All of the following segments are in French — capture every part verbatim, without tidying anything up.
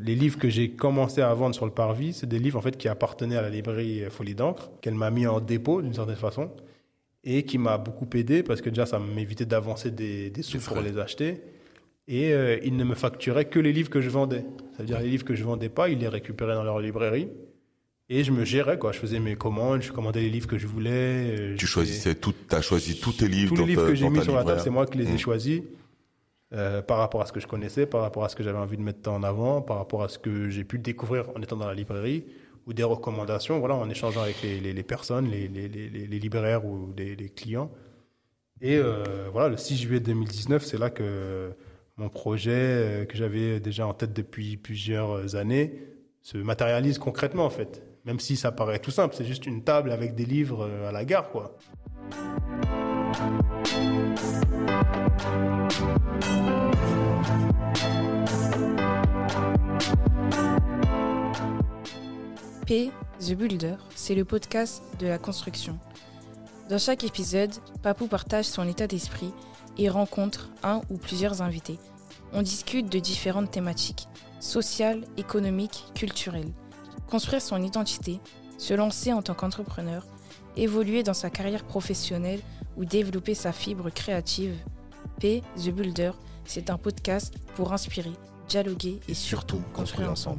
les livres que j'ai commencé à vendre sur le parvis, c'est des livres en fait qui appartenaient à la librairie Folie d'encre, qu'elle m'a mis en dépôt d'une certaine façon, et qui m'a beaucoup aidé parce que déjà ça m'évitait d'avancer des, des sous pour les acheter. Et euh, ils ne me facturaient que les livres que je vendais. C'est-à-dire les livres que je vendais pas, ils les récupéraient dans leur librairie. Et je me gérais, quoi. Je faisais mes commandes, je commandais les livres que je voulais. Tu choisissais tout, t'as choisi tous tes livres. Tous les livres que j'ai mis sur la table, c'est moi qui les ai mmh. choisis. Euh, par rapport à ce que je connaissais, par rapport à ce que j'avais envie de mettre en avant, par rapport à ce que j'ai pu découvrir en étant dans la librairie, ou des recommandations, voilà, en échangeant avec les, les, les personnes, les, les, les, les libraires ou les, les clients. Et euh, voilà, le six juillet deux mille dix-neuf, c'est là que mon projet, que j'avais déjà en tête depuis plusieurs années, se matérialise concrètement, en fait. Même si ça paraît tout simple, c'est juste une table avec des livres à la gare, quoi. P, The Builder, c'est le podcast de la construction. Dans chaque épisode, Papou partage son état d'esprit et rencontre un ou plusieurs invités. On discute de différentes thématiques, sociales, économiques, culturelles. Construire son identité, se lancer en tant qu'entrepreneur, évoluer dans sa carrière professionnelle ou développer sa fibre créative. P, The Builder, c'est un podcast pour inspirer, dialoguer et surtout construire ensemble.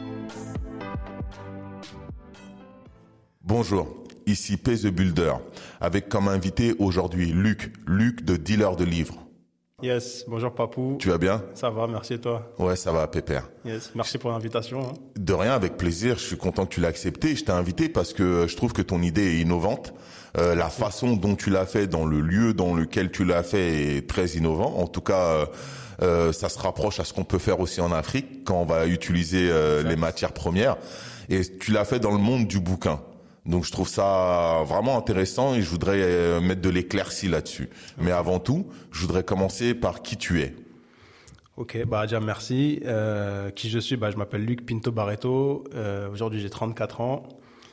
Bonjour, ici P The Builder, avec comme invité aujourd'hui Luc, Luc de Dealer de livres. Yes, bonjour Papou. Tu vas bien? Ça va, merci et toi? Ouais, ça va, pépère. Yes, merci pour l'invitation. Hein. De rien, avec plaisir, je suis content que tu l'aies accepté. Je t'ai invité parce que je trouve que ton idée est innovante. Euh, la façon dont tu l'as fait, dans le lieu dans lequel tu l'as fait est très innovant. En tout cas, euh, euh, ça se rapproche à ce qu'on peut faire aussi en Afrique quand on va utiliser euh, les matières premières. Et tu l'as fait dans le monde du bouquin. Donc je trouve ça vraiment intéressant et je voudrais mettre de l'éclaircie là-dessus. Mais avant tout, je voudrais commencer par qui tu es. Ok, bah déjà merci. Euh, qui je suis, bah je m'appelle Luc Pinto Barreto. Euh, aujourd'hui j'ai trente-quatre ans.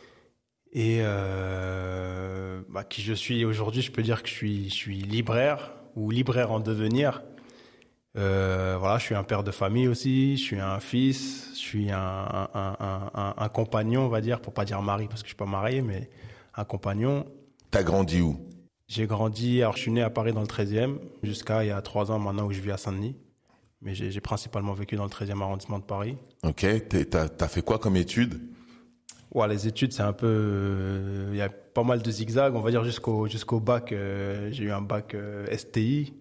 Et euh, bah, qui je suis aujourd'hui, je peux dire que je suis, je suis libraire ou libraire en devenir. Euh, voilà, je suis un père de famille aussi, je suis un fils, je suis un, un, un, un, un compagnon, on va dire, pour pas dire mari parce que je suis pas marié, mais un compagnon. T'as grandi où? J'ai grandi, alors je suis né à Paris dans le treizième, jusqu'à il y a trois ans maintenant où je vis à Saint-Denis. Mais j'ai, j'ai principalement vécu dans le treizième arrondissement de Paris. Ok, T'es, t'as, t'as fait quoi comme études? Ouais, les études, c'est un peu, il euh, y a pas mal de zigzags, on va dire jusqu'au, jusqu'au bac, euh, j'ai eu un bac euh, S T I.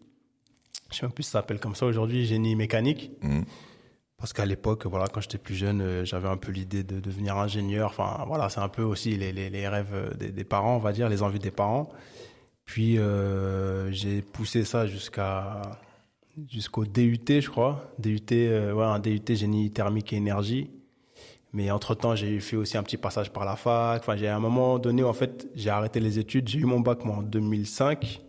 Je sais même plus si ça s'appelle comme ça aujourd'hui, génie mécanique. Mmh. Parce qu'à l'époque, voilà, quand j'étais plus jeune, euh, j'avais un peu l'idée de devenir ingénieur. Enfin, voilà, c'est un peu aussi les, les, les rêves des, des parents, on va dire, les envies des parents. Puis, euh, j'ai poussé ça jusqu'à, jusqu'au D U T, je crois. D U T, euh, ouais, un D U T génie thermique et énergie. Mais entre-temps, j'ai fait aussi un petit passage par la fac. Enfin, j'ai à un moment donné, en fait, j'ai arrêté les études. J'ai eu mon bac, moi, en deux mille cinq.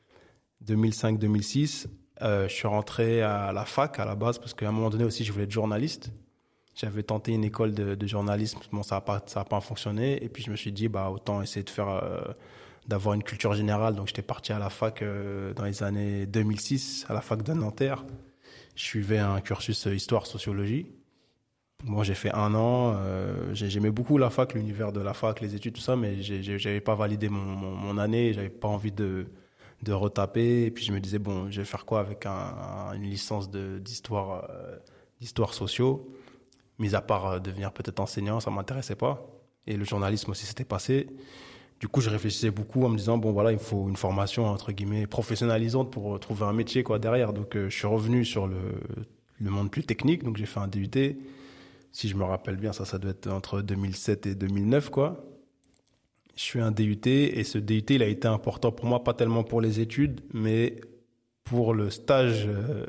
deux mille cinq deux mille six. Euh, je suis rentré à la fac à la base parce qu'à un moment donné aussi je voulais être journaliste. J'avais tenté une école de, de journalisme, bon ça a pas ça a pas fonctionné et puis je me suis dit bah autant essayer de faire euh, d'avoir une culture générale. Donc j'étais parti à la fac euh, dans les années deux mille six à la fac de Nanterre. Je suivais un cursus histoire sociologie. Moi j'ai fait un an, euh, j'aimais beaucoup la fac, l'univers de la fac, les études tout ça, mais j'ai, j'avais pas validé mon, mon, mon année, j'avais pas envie de de retaper et puis je me disais bon je vais faire quoi avec un, un, une licence de d'histoire euh, d'histoire sociaux, mis à part euh, devenir peut-être enseignant, ça m'intéressait pas et le journalisme aussi c'était passé. Du coup je réfléchissais beaucoup en me disant bon voilà il faut une formation entre guillemets professionnalisante pour trouver un métier quoi derrière. Donc euh, je suis revenu sur le le monde plus technique, donc j'ai fait un D U T, si je me rappelle bien ça ça doit être entre deux mille sept et deux mille neuf quoi. Je suis un D U T et ce D U T il a été important pour moi, pas tellement pour les études, mais pour le stage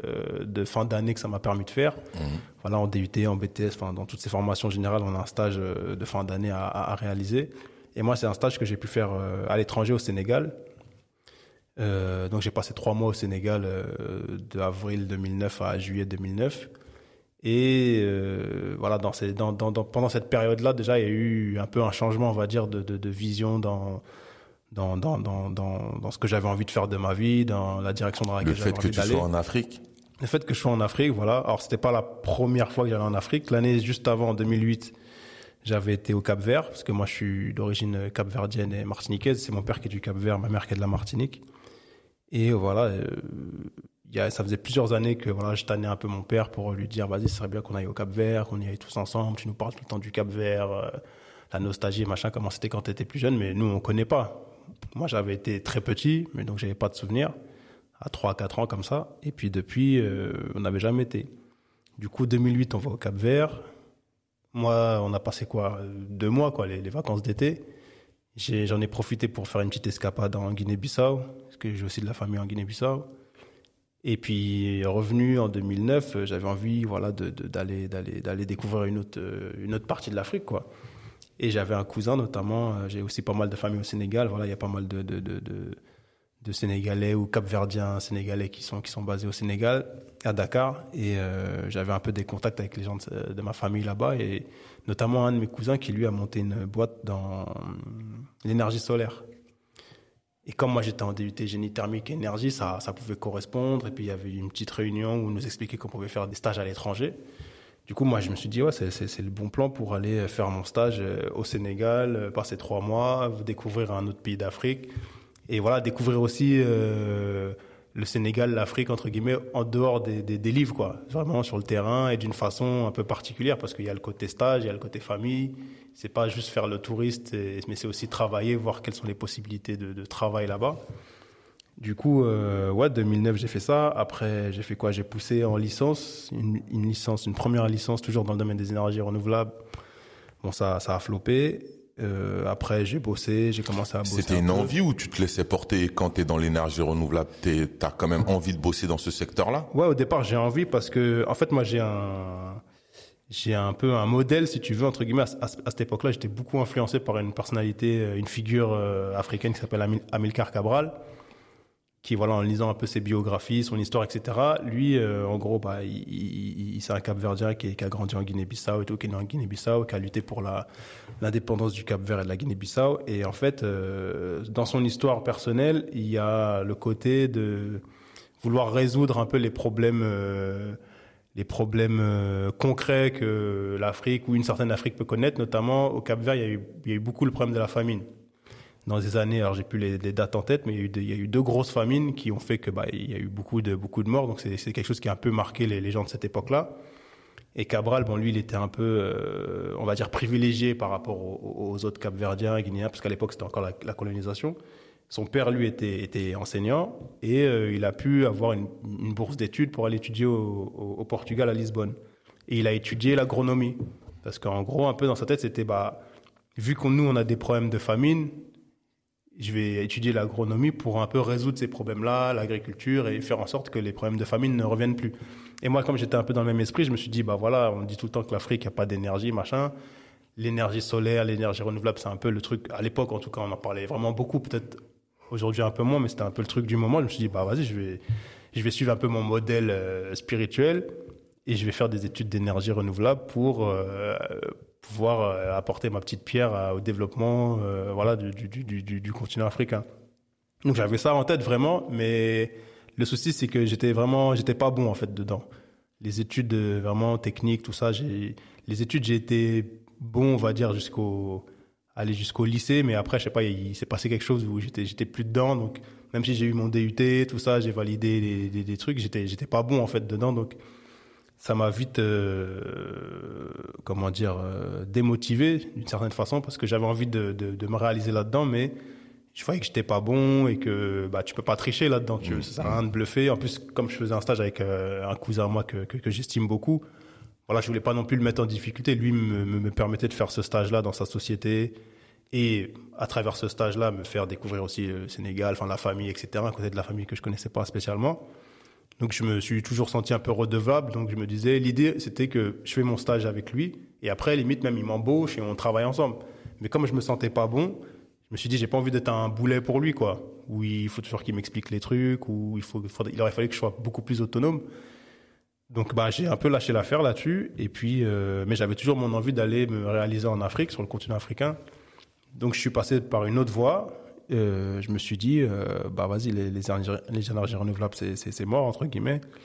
de fin d'année que ça m'a permis de faire. Mmh. Voilà, en D U T, en B T S, enfin dans toutes ces formations générales, on a un stage de fin d'année à, à, à réaliser. Et moi, c'est un stage que j'ai pu faire à l'étranger au Sénégal. Euh, donc j'ai passé trois mois au Sénégal euh, de avril deux mille neuf à juillet deux mille neuf. Et euh, voilà, dans ces, dans, dans, dans, pendant cette période-là, déjà, il y a eu un peu un changement, on va dire, de, de, de vision dans, dans, dans, dans, dans, dans ce que j'avais envie de faire de ma vie, dans la direction dans laquelle j'avais envie d'aller. Le fait que tu sois en Afrique. le fait que je sois en Afrique, voilà. Alors, c'était pas la première fois que j'allais en Afrique. L'année juste avant, en deux mille huit, j'avais été au Cap-Vert, parce que moi, je suis d'origine capverdienne et martiniquaise. C'est mon père qui est du Cap-Vert, ma mère qui est de la Martinique. Et voilà, euh, y a, ça faisait plusieurs années que voilà, je tannais un peu mon père pour lui dire, vas-y, ce serait bien qu'on aille au Cap-Vert, qu'on y aille tous ensemble. Tu nous parles tout le temps du Cap-Vert, euh, la nostalgie, machin, comment c'était quand tu étais plus jeune. Mais nous, on connaît pas. Moi, j'avais été très petit, mais donc j'avais pas de souvenirs. À trois à quatre ans comme ça. Et puis depuis, euh, on n'avait jamais été. Du coup, deux mille huit, on va au Cap-Vert. Moi, on a passé quoi deux mois, quoi, les, les vacances d'été. J'ai, j'en ai profité pour faire une petite escapade en Guinée-Bissau, parce que j'ai aussi de la famille en Guinée-Bissau. Et puis, revenu en deux mille neuf, j'avais envie, voilà, de, de, d'aller, d'aller, d'aller découvrir une autre, une autre partie de l'Afrique, quoi. Et j'avais un cousin, notamment. J'ai aussi pas mal de familles au Sénégal. Voilà, il y a pas mal de, de, de, de de Sénégalais ou Cap-Verdiens Sénégalais qui sont, qui sont basés au Sénégal, à Dakar. Et euh, j'avais un peu des contacts avec les gens de, de ma famille là-bas, et notamment un de mes cousins qui, lui, a monté une boîte dans l'énergie solaire. Et comme moi, j'étais en D U T génie thermique et énergie, ça, ça pouvait correspondre. Et puis, il y avait une petite réunion où on nous expliquait qu'on pouvait faire des stages à l'étranger. Du coup, moi, je me suis dit, ouais, c'est, c'est, c'est le bon plan pour aller faire mon stage au Sénégal, passer trois mois, découvrir un autre pays d'Afrique. Et voilà, découvrir aussi euh, le Sénégal, l'Afrique, entre guillemets, en dehors des, des, des livres, quoi. Vraiment sur le terrain et d'une façon un peu particulière, parce qu'il y a le côté stage, il y a le côté famille. C'est pas juste faire le touriste, et, mais c'est aussi travailler, voir quelles sont les possibilités de, de travail là-bas. Du coup, euh, ouais, deux mille neuf, j'ai fait ça. Après, j'ai fait quoi? J'ai poussé en licence, une, une licence, une première licence, toujours dans le domaine des énergies renouvelables. Bon, ça, ça a floppé. Euh, après, j'ai bossé, j'ai commencé à bosser. C'était une envie ou tu te laissais porter quand t'es dans l'énergie renouvelable? T'es, t'as quand même envie de bosser dans ce secteur-là? Ouais, au départ, j'ai envie parce que, en fait, moi, j'ai un, j'ai un peu un modèle, si tu veux, entre guillemets. À, à, à cette époque-là, j'étais beaucoup influencé par une personnalité, une figure euh, africaine qui s'appelle Amil- Amilcar Cabral, qui, voilà, en lisant un peu ses biographies, son histoire, et cetera. Lui, euh, en gros, bah, il, il, il, c'est un Cap-Verdien qui, qui a grandi en Guinée-Bissau et tout, qui est né en Guinée-Bissau, qui a lutté pour la, l'indépendance du Cap-Vert et de la Guinée-Bissau. Et en fait, euh, dans son histoire personnelle, il y a le côté de vouloir résoudre un peu les problèmes, euh, les problèmes euh, concrets que l'Afrique ou une certaine Afrique peut connaître. Notamment au Cap-Vert, il y a eu, il y a eu beaucoup le problème de la famine. Dans les années, alors j'ai plus les, les dates en tête, mais il y a eu, de, il y a eu deux grosses famines qui ont fait que bah il y a eu beaucoup de beaucoup de morts. Donc c'est, c'est quelque chose qui a un peu marqué les, les gens de cette époque-là. Et Cabral, bon lui, il était un peu, euh, on va dire, privilégié par rapport aux, aux autres Capverdiens, Guinéens, parce qu'à l'époque c'était encore la, la colonisation. Son père, lui, était, était enseignant et euh, il a pu avoir une, une bourse d'études pour aller étudier au, au, au Portugal, à Lisbonne. Et il a étudié l'agronomie, parce qu'en gros, un peu dans sa tête, c'était bah vu qu'on nous on a des problèmes de famine, je vais étudier l'agronomie pour un peu résoudre ces problèmes-là, l'agriculture, et faire en sorte que les problèmes de famine ne reviennent plus. Et moi, comme j'étais un peu dans le même esprit, je me suis dit, bah voilà, on dit tout le temps que l'Afrique, il n'y a pas d'énergie, machin. L'énergie solaire, l'énergie renouvelable, c'est un peu le truc, à l'époque, en tout cas, on en parlait vraiment beaucoup, peut-être aujourd'hui un peu moins, mais c'était un peu le truc du moment. Je me suis dit, bah vas-y, je vais, je vais suivre un peu mon modèle euh, spirituel et je vais faire des études d'énergie renouvelable pour euh, pouvoir euh, apporter ma petite pierre à, au développement euh, voilà, du, du, du, du, du continent africain. Donc j'avais ça en tête vraiment, mais le souci c'est que j'étais vraiment, j'étais pas bon en fait dedans. Les études euh, vraiment techniques, tout ça, j'ai, les études j'ai été bon, on va dire jusqu'au, aller jusqu'au lycée, mais après je sais pas, il, il s'est passé quelque chose où j'étais, j'étais plus dedans. Donc même si j'ai eu mon D U T, tout ça, j'ai validé des, des, des trucs, j'étais, j'étais pas bon en fait dedans. Donc ça m'a vite, euh, comment dire, euh, démotivé d'une certaine façon parce que j'avais envie de, de, de me réaliser là-dedans, mais je voyais que j'étais pas bon et que bah tu peux pas tricher là-dedans. Tu, mmh. Ça sert à rien de bluffer. En plus, comme je faisais un stage avec euh, un cousin à moi que, que, que j'estime beaucoup, voilà, je voulais pas non plus le mettre en difficulté. Lui me, me, me permettait de faire ce stage-là dans sa société et à travers ce stage-là me faire découvrir aussi le Sénégal, enfin la famille, et cetera. À côté de la famille que je connaissais pas spécialement. Donc je me suis toujours senti un peu redevable. Donc je me disais, l'idée c'était que je fais mon stage avec lui et après limite même il m'embauche et on travaille ensemble. Mais comme je me sentais pas bon, je me suis dit j'ai pas envie d'être un boulet pour lui quoi. Où il faut toujours qu'il m'explique les trucs, où il faut, il aurait fallu que je sois beaucoup plus autonome. Donc bah j'ai un peu lâché l'affaire là-dessus et puis euh, mais j'avais toujours mon envie d'aller me réaliser en Afrique, sur le continent africain. Donc je suis passé par une autre voie. Euh, je me suis dit, euh, bah vas-y, les, les, énergies, les énergies renouvelables, c'est, c'est, c'est mort, entre guillemets.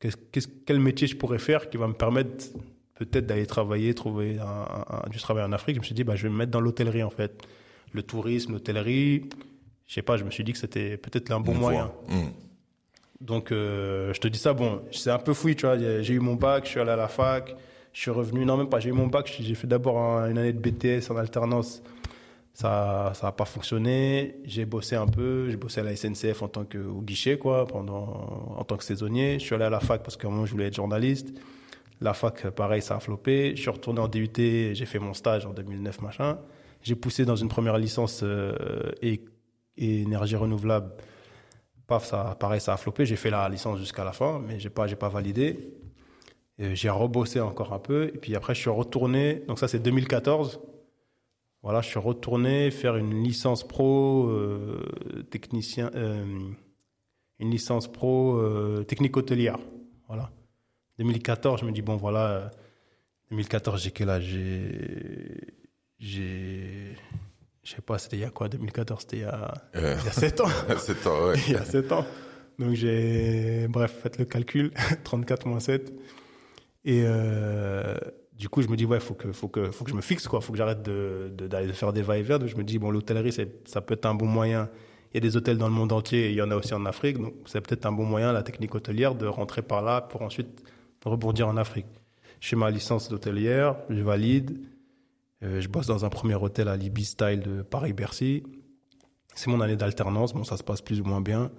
qu'est-ce, qu'est-ce, quel métier je pourrais faire qui va me permettre peut-être d'aller travailler, trouver un, un, un, du travail en Afrique. Je me suis dit, bah, je vais me mettre dans l'hôtellerie, en fait. Le tourisme, l'hôtellerie, je sais pas, je me suis dit que c'était peut-être un bon Une moyen. Mmh. Donc, euh, je te dis ça, bon, c'est un peu fouillis, tu vois. J'ai eu mon bac, je suis allé à la fac, je suis revenu, non, même pas, j'ai eu mon bac, j'ai fait d'abord un, une année de B T S en alternance. Ça ça a pas fonctionné. J'ai bossé un peu. J'ai bossé à la S N C F en tant que au guichet, quoi, pendant en tant que saisonnier. Je suis allé à la fac parce qu'à un moment je voulais être journaliste. La fac, pareil, ça a floppé. Je suis retourné en D U T. J'ai fait mon stage en deux mille neuf, machin. J'ai poussé dans une première licence euh, et, et énergie renouvelable. Paf, ça, pareil, ça a floppé. J'ai fait la licence jusqu'à la fin, mais j'ai pas j'ai pas validé. Et j'ai rebossé encore un peu. Et puis après, je suis retourné. Donc ça, c'est deux mille quatorze. Voilà, je suis retourné faire une licence pro euh, technicien, euh, une licence pro euh, technique hôtelière. Voilà. deux mille quatorze, je me dis bon voilà, euh, deux mille quatorze, j'ai quel âge ? J'ai, j'ai, je sais pas, c'était il y a quoi ? deux mille quatorze, c'était il y a, euh, il y a sept ans. sept ans, ouais. Il y a sept ans. Donc j'ai, bref, faites le calcul, trente-quatre moins sept. Et euh, du coup, je me dis, ouais, faut que, faut que, faut que je me fixe, quoi. Faut que j'arrête de, de, d'aller faire des va-et-vient. Donc, je me dis, bon, l'hôtellerie, c'est, ça peut être un bon moyen. Il y a des hôtels dans le monde entier et il y en a aussi en Afrique. Donc, c'est peut-être un bon moyen, la technique hôtelière, de rentrer par là pour ensuite rebondir en Afrique. Je fais ma licence d'hôtelière, je valide. Euh, je bosse dans un premier hôtel à l'Ibis Style de Paris-Bercy. C'est mon année d'alternance. Bon, ça se passe plus ou moins bien.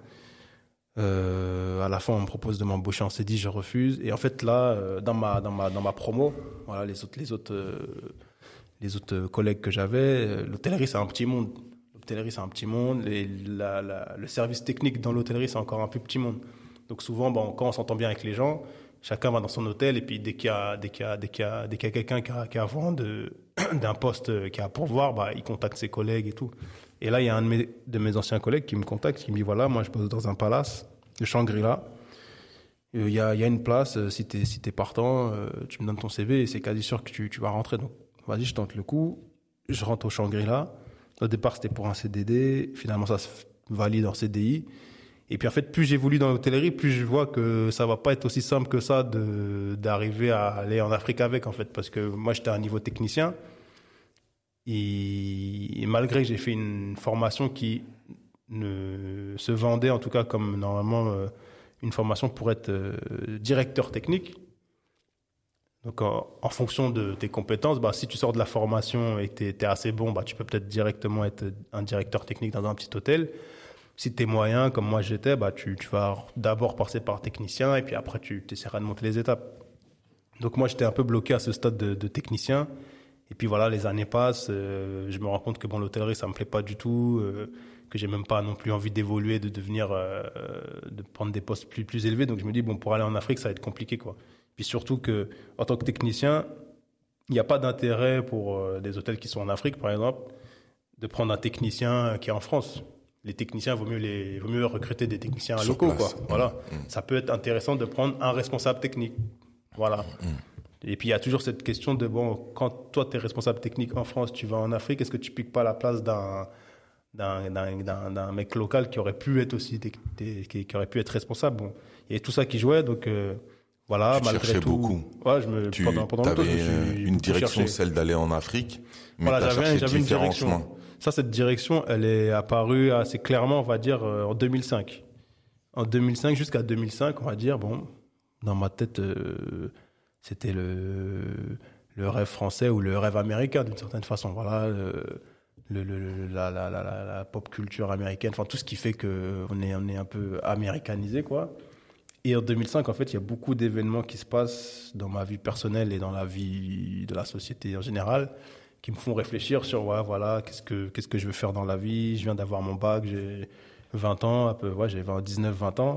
Euh, à la fin, on me propose de m'embaucher en C D I, je refuse. Et en fait, là, euh, dans ma dans ma dans ma promo, voilà, les autres les autres euh, les autres collègues que j'avais, euh, l'hôtellerie c'est un petit monde. L'hôtellerie c'est un petit monde. Et la, la, le service technique dans l'hôtellerie c'est encore un plus petit monde. Donc souvent, bon, quand on s'entend bien avec les gens, chacun va dans son hôtel et puis dès qu'il y a dès qu'il y a dès qu'il y a dès qu'il y a quelqu'un qui a qui a vent de d'un poste qui a à pourvoir, bah il contacte ses collègues et tout. Et là, il y a un de mes, de mes anciens collègues qui me contacte, qui me dit, voilà, moi, je bosse dans un palace de Shangri-La. Il y a, il y a une place, si t'es, si t'es partant, euh, tu me donnes ton C V et c'est quasi sûr que tu, tu vas rentrer. Donc, vas-y, je tente le coup. Je rentre au Shangri-La. Au départ, c'était pour un C D D. Finalement, ça se valide en C D I. Et puis, en fait, plus j'évolue dans l'hôtellerie, plus je vois que ça va pas être aussi simple que ça de, d'arriver à aller en Afrique avec, en fait. Parce que moi, j'étais à un niveau technicien. Et, et malgré que j'ai fait une formation qui ne se vendait en tout cas comme normalement euh, une formation pour être euh, directeur technique. Donc en, en fonction de tes compétences, bah, si tu sors de la formation et que tu es assez bon, bah, tu peux peut-être directement être un directeur technique dans un petit hôtel. Si tu es moyen, comme moi j'étais, bah, tu, tu vas d'abord passer par technicien et puis après tu essaieras de monter les étapes. Donc moi j'étais un peu bloqué à ce stade de, de technicien. Et puis voilà, les années passent, euh, je me rends compte que bon, l'hôtellerie, ça me plaît pas du tout, euh, que j'ai même pas non plus envie d'évoluer, de devenir, euh, de prendre des postes plus, plus élevés. Donc je me dis, bon, pour aller en Afrique, ça va être compliqué, quoi. Puis surtout que, en tant que technicien, il n'y a pas d'intérêt pour euh, des hôtels qui sont en Afrique, par exemple, de prendre un technicien qui est en France. Les techniciens, vaut mieux les, vaut mieux recruter des techniciens Sur locaux, place. quoi. Voilà. Mmh. Ça peut être intéressant de prendre un responsable technique. Voilà. Mmh. Et puis, il y a toujours cette question de, bon, quand toi, tu es responsable technique en France, tu vas en Afrique, est-ce que tu piques pas la place d'un, d'un, d'un, d'un, d'un mec local qui aurait pu être aussi, qui, qui aurait pu être responsable? Bon, il y a tout ça qui jouait, donc, euh, voilà, tu malgré tout. beaucoup. Ouais, je me, tu pendant, pendant longtemps, je me suis une direction, cherché. Celle d'aller en Afrique, mais voilà, t'as j'avais, cherché j'avais une différents direction. chemins. Ça, cette direction, elle est apparue assez clairement, on va dire, euh, en deux mille cinq. En deux mille cinq, jusqu'à deux mille cinq, on va dire, bon, dans ma tête, euh, c'était le, le rêve français ou le rêve américain, d'une certaine façon. Voilà, le, le, le, la, la, la, la pop culture américaine, enfin, tout ce qui fait qu'on est, on est un peu américanisé, quoi. Et en deux mille cinq, en fait, il y a beaucoup d'événements qui se passent dans ma vie personnelle et dans la vie de la société en général qui me font réfléchir sur, ouais, voilà, qu'est-ce que, qu'est-ce que je veux faire dans la vie. Je viens d'avoir mon bac, j'ai vingt ans, un peu, ouais, j'ai dix-neuf vingt ans.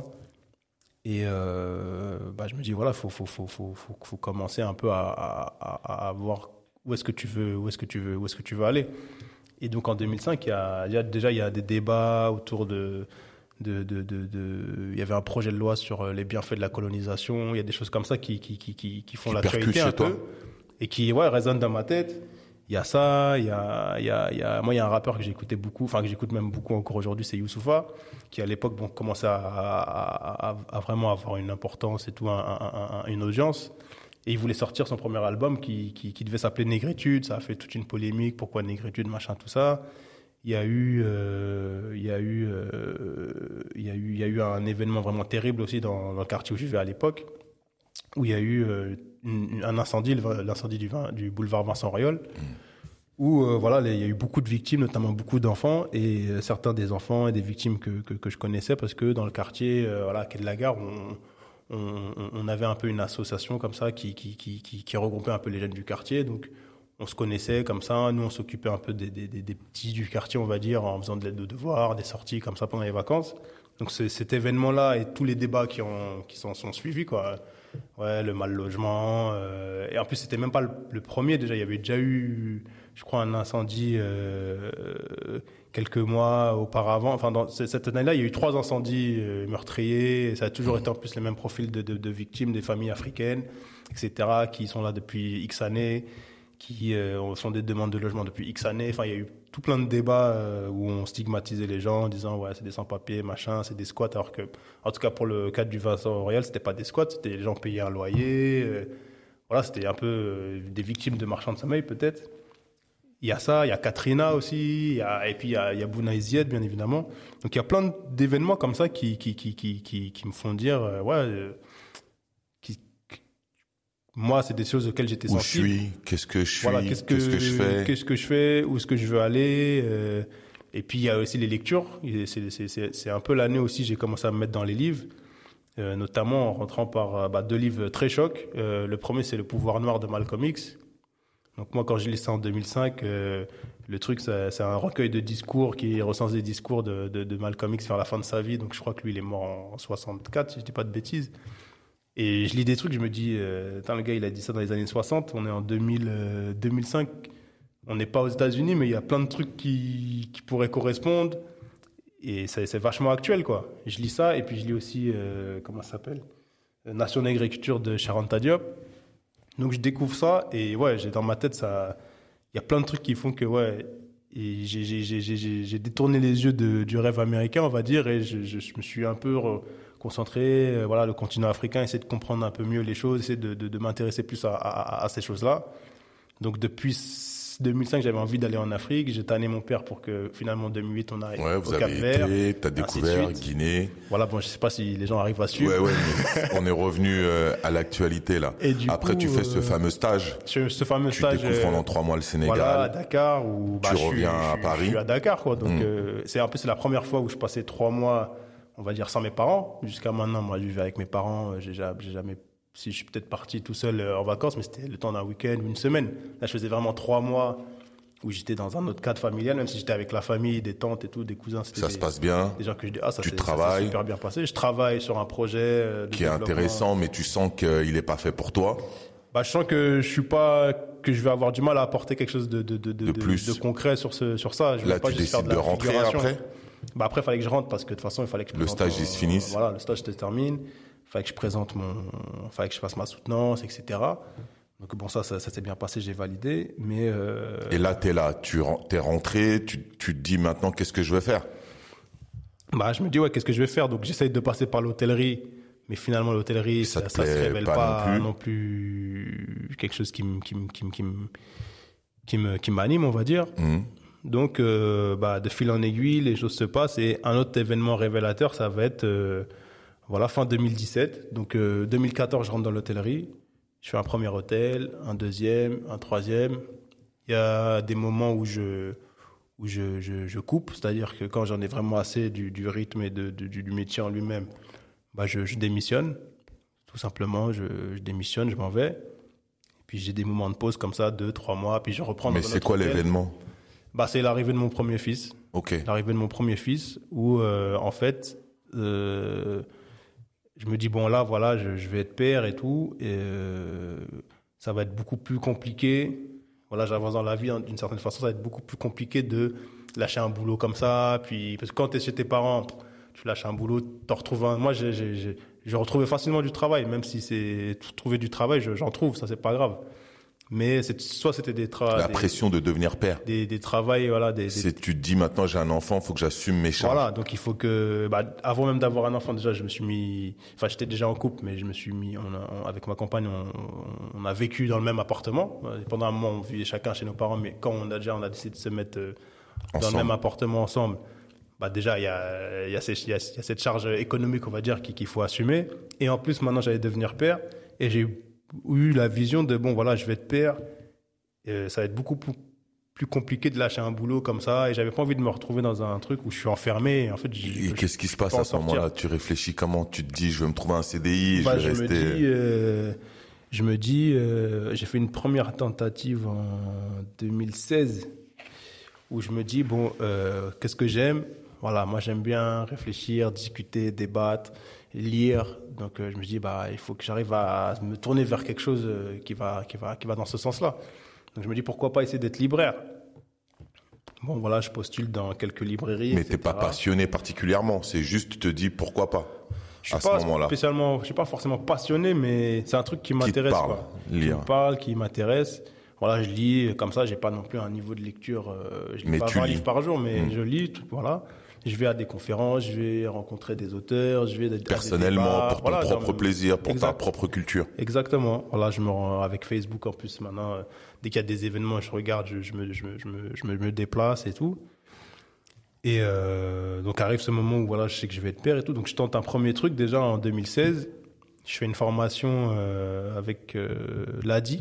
Et euh, bah, je me dis, voilà, il faut, faut, faut, faut, faut, faut commencer un peu à, à, à voir où est-ce que tu veux, où est-ce que tu veux, où est-ce que tu veux aller. Et donc, en deux mille cinq, il y a, il y a, déjà, il y a des débats autour de... De, de, de, de, il y avait un projet de loi sur les bienfaits de la colonisation. Il y a des choses comme ça qui, qui, qui, qui, qui font qui l'actualité un toi. peu et qui, ouais, résonnent dans ma tête. Il y a ça, il y a, il y a, il y a, moi, il y a un rappeur que j'écoutais beaucoup, enfin, que j'écoute même beaucoup encore aujourd'hui, c'est Youssoupha, qui à l'époque, bon, commençait à, à, à, à vraiment avoir une importance et tout, un, un, un, une audience. Et il voulait sortir son premier album qui, qui, qui devait s'appeler Négritude. Ça a fait toute une polémique. Pourquoi Négritude, machin, tout ça. Il y a eu, euh, il y a eu, euh, il y a eu, il y a eu un événement vraiment terrible aussi dans, dans le quartier où je vivais à l'époque, où il y a eu euh, une, un incendie, l'incendie du, du boulevard Vincent Auriol, mmh. où euh, voilà, les, il y a eu beaucoup de victimes, notamment beaucoup d'enfants, et euh, certains des enfants et des victimes que, que, que je connaissais, parce que dans le quartier, euh, voilà, quai de la Gare, on On, on avait un peu une association comme ça qui, qui, qui, qui, qui regroupait un peu les jeunes du quartier. Donc, on se connaissait comme ça. Nous, on s'occupait un peu des, des, des petits du quartier, on va dire, en faisant de l'aide de devoirs, des sorties comme ça pendant les vacances. Donc, c'est, cet événement-là et tous les débats qui, ont, qui s'en sont suivis, quoi. Ouais, le mal logement. Euh, et en plus, c'était même pas le, le premier. Déjà, il y avait déjà eu, je crois, un incendie euh, quelques mois auparavant. Enfin, dans cette année-là, il y a eu trois incendies euh, meurtriers. Et ça a toujours été en plus les mêmes profils de, de, de victimes, des familles africaines, et cetera, qui sont là depuis X années, qui euh, sont des demandes de logement depuis X années. Enfin, il y a eu tout plein de débats euh, où on stigmatisait les gens en disant ouais, c'est des sans-papiers, machin, c'est des squats, alors que, en tout cas pour le cadre du Vincent Auriol, c'était pas des squats, c'était les gens payaient un loyer. Euh, voilà, c'était un peu euh, des victimes de marchands de sommeil peut-être. Il y a ça, il y a Katrina aussi, il y a, et puis il y a, il y a Bouna Zied, bien évidemment. Donc il y a plein d'événements comme ça qui qui qui qui qui, qui me font dire euh, ouais. Euh, Moi, c'est des choses auxquelles j'étais sensible. Où je suis, qu'est-ce que je suis, voilà, qu'est-ce que, qu'est-ce que je fais, qu'est-ce que je fais, où est-ce que je veux aller. Euh, et puis, il y a aussi les lectures. C'est, c'est, c'est, c'est un peu l'année aussi, j'ai commencé à me mettre dans les livres, euh, notamment en rentrant par bah, deux livres très chocs. Euh, le premier, c'est Le pouvoir noir de Malcolm X. Donc moi, quand j'ai lu ça en deux mille cinq, euh, le truc, c'est, c'est un recueil de discours qui recense les discours de, de, de Malcolm X vers la fin de sa vie. Donc je crois que lui, il est mort en soixante-quatre, si je dis pas de bêtises. Et je lis des trucs, je me dis, euh, le gars, il a dit ça dans les années soixante, on est en deux mille, euh, deux mille cinq, on n'est pas aux États-Unis, mais il y a plein de trucs qui, qui pourraient correspondre. Et c'est, c'est vachement actuel, quoi. Je lis ça, et puis je lis aussi, euh, comment ça s'appelle, Nation Nègre et Culture de Charanta Diop. Donc je découvre ça, et ouais, j'ai dans ma tête, ça, il y a plein de trucs qui font que, ouais, et j'ai, j'ai, j'ai, j'ai, j'ai détourné les yeux de, du rêve américain, on va dire, et je, je, je me suis un peu re, concentré, euh, voilà, le continent africain, essayer de comprendre un peu mieux les choses, essayer de, de, de m'intéresser plus à, à, à ces choses-là. Donc depuis deux mille cinq, j'avais envie d'aller en Afrique. J'ai tanné mon père pour que finalement en deux mille huit, on arrive ouais, au vous Cap-Vert. avez été, t'as découvert Guinée. Voilà, bon, je sais pas si les gens arrivent à suivre. Ouais, ouais, mais on est revenu euh, à l'actualité là. Et du Après, coup, tu fais euh, ce fameux stage. Ce, ce fameux tu stage. Tu découvres pendant trois mois le Sénégal. Voilà, à Dakar. Où, bah, tu je reviens suis, à je, Paris. Je suis à Dakar, quoi. Donc, mmh. euh, c'est un peu, c'est la première fois où je passais trois mois, on va dire, sans mes parents. Jusqu'à maintenant, moi, je vivais avec mes parents. J'ai, j'ai jamais, si je suis peut-être parti tout seul euh, en vacances, mais c'était le temps d'un week-end ou une semaine. Là, je faisais vraiment trois mois où j'étais dans un autre cadre familial, même si j'étais avec la famille, des tantes et tout, des cousins. Ça des, se passe bien. Des gens que je dis, ah, ça, tu c'est, travailles. ça s'est super bien passé. Je travaille sur un projet euh, de qui est intéressant, mais tu sens qu'il est pas fait pour toi. Bah, je sens que je suis pas, que je vais avoir du mal à apporter quelque chose de, de, de, de, de, plus. de, de concret sur ce, sur ça. Je Là, pas tu juste faire décides de, de la rentrer figuration. après? Bah, après, il fallait que je rentre parce que de toute façon, il fallait que je le stage, un, il se finisse. Voilà, le stage se termine. Il fallait que je présente mon, il fallait que je fasse ma soutenance, et cetera. Donc bon, ça, ça, ça s'est bien passé, j'ai validé, mais... Euh... Et là, t'es là, tu t'es rentré, tu, tu te dis maintenant, qu'est-ce que je vais faire? Bah, je me dis, ouais, qu'est-ce que je vais faire? Donc j'essaye de passer par l'hôtellerie, mais finalement, l'hôtellerie, ça, ça, ça se révèle pas, pas non, plus. non plus quelque chose qui me, qui me, qui me, qui me, qui me, qui m'anime, on va dire. Mmh. Donc, euh, bah, de fil en aiguille, les choses se passent, et un autre événement révélateur, ça va être, euh, voilà, fin deux mille dix-sept. Donc, euh, deux mille quatorze, je rentre dans l'hôtellerie. Je fais un premier hôtel, un deuxième, un troisième. Il y a des moments où je, où je, je, je coupe, c'est-à-dire que quand j'en ai vraiment assez du, du rythme et de, de, du métier en lui-même, bah je, je démissionne. Tout simplement, je, je démissionne, je m'en vais. Et puis j'ai des moments de pause comme ça, deux, trois mois, puis je reprends. Mais c'est quoi hôtel. L'événement? Bah, c'est l'arrivée de mon premier fils. Ok. L'arrivée de mon premier fils, où euh, en fait... Euh, je me dis, bon, là, voilà, je, je vais être père et tout, et euh, ça va être beaucoup plus compliqué. Voilà, j'avance dans la vie, hein, d'une certaine façon, ça va être beaucoup plus compliqué de lâcher un boulot comme ça. Puis, parce que quand tu es chez tes parents, tu lâches un boulot, tu retrouves un... Moi, j'ai, j'ai, j'ai, j'ai retrouvé facilement du travail, même si c'est trouver du travail, je, j'en trouve, ça, c'est pas grave. Mais c'est, soit c'était des travaux. La des, pression de devenir père. Des, des travails, voilà. Des, c'est, des... Tu te dis maintenant j'ai un enfant, faut que j'assume mes charges. Voilà, donc il faut que, bah, avant même d'avoir un enfant, déjà, je me suis mis, enfin, j'étais déjà en couple, mais je me suis mis, on a, on, avec ma compagne, on, on a vécu dans le même appartement. Pendant un moment, on vivait chacun chez nos parents, mais quand on a déjà, on a décidé de se mettre euh, dans ensemble. le même appartement ensemble, bah, déjà, il y a, il y a, ces, il y a, il y a cette charge économique, on va dire, qu'il, qu'il faut assumer. Et en plus, maintenant, j'allais devenir père, et j'ai eu la vision de, bon, voilà, je vais être père. Euh, ça va être beaucoup plus, plus compliqué de lâcher un boulot comme ça, et j'avais pas envie de me retrouver dans un truc où je suis enfermé. Et en fait, et qu'est-ce qui se passe à ce moment-là? Tu réfléchis comment? Tu te dis, je vais me trouver un C D I, bah, je vais je rester. Me dis, euh, je me dis, euh, j'ai fait une première tentative en deux mille seize où je me dis, bon, euh, qu'est-ce que j'aime? Voilà, moi j'aime bien réfléchir, discuter, débattre, lire. Donc euh, je me dis, bah, il faut que j'arrive à me tourner vers quelque chose euh, qui va, qui va, qui va dans ce sens-là. Donc je me dis, pourquoi pas essayer d'être libraire? Bon, voilà, je postule dans quelques librairies. Mais t'es pas passionné particulièrement, c'est juste te dis pourquoi pas je suis à pas ce moment-là. Spécialement, je suis pas forcément passionné, mais c'est un truc qui m'intéresse. Qui te parle, quoi. lire. Qui me parle, qui m'intéresse. Voilà, je lis comme ça, j'ai pas non plus un niveau de lecture. Euh, je lis mais pas tu vingt lis. livres par jour, mais mmh. je lis. Voilà. Je vais à des conférences, je vais rencontrer des auteurs, je vais à personnellement des débats, pour ton voilà, propre me... plaisir, pour exact. ta propre culture. Exactement. Voilà, je me rends avec Facebook en plus maintenant. Euh, dès qu'il y a des événements, je regarde, je, je, me, je, me, je, me, je me déplace et tout. Et euh, donc arrive ce moment où voilà, je sais que je vais être père et tout. Donc je tente un premier truc déjà en deux mille seize. Je fais une formation euh, avec euh, l'A D I.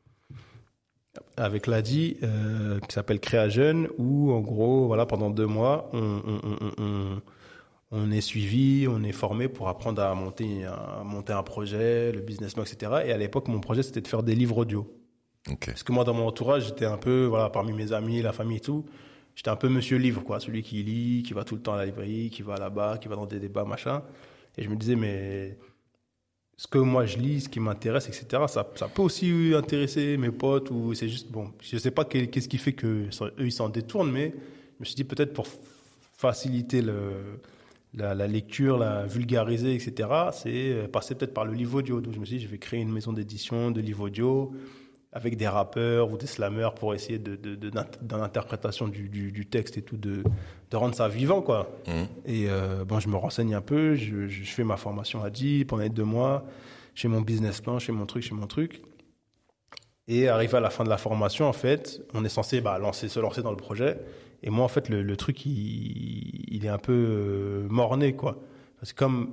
Avec l'A D I euh, qui s'appelle Créa Jeune, où en gros, voilà, pendant deux mois, on, on, on, on, on est suivi, on est formé pour apprendre à monter, à monter un projet, le business plan, et cetera. Et à l'époque, mon projet, c'était de faire des livres audio. Okay. Parce que moi, dans mon entourage, j'étais un peu, voilà, parmi mes amis, la famille et tout, j'étais un peu monsieur livre, quoi, celui qui lit, qui va tout le temps à la librairie, qui va là-bas, qui va dans des débats, machin. Et je me disais, mais ce que moi je lis, ce qui m'intéresse, et cetera, ça, ça peut aussi intéresser mes potes, ou c'est juste, bon, je sais pas quel, qu'est-ce qui fait qu'eux, ils s'en détournent, mais je me suis dit peut-être pour faciliter le, la, la lecture, la vulgariser, et cetera, c'est passer peut-être par le livre audio. Donc je me suis dit, je vais créer une maison d'édition de livres audio, avec des rappeurs ou des slammeurs pour essayer de, de, de, dans l'interprétation du, du, du texte et tout, de, de rendre ça vivant, quoi. Mmh. Et euh, bon, je me renseigne un peu, je, je fais ma formation à D I pendant deux mois, je fais mon business plan, je fais mon truc, je fais mon truc. Et arrivé à la fin de la formation, en fait, on est censé bah, lancer, se lancer dans le projet. Et moi, en fait, le, le truc, il, il est un peu euh, mort-né, quoi. Parce que comme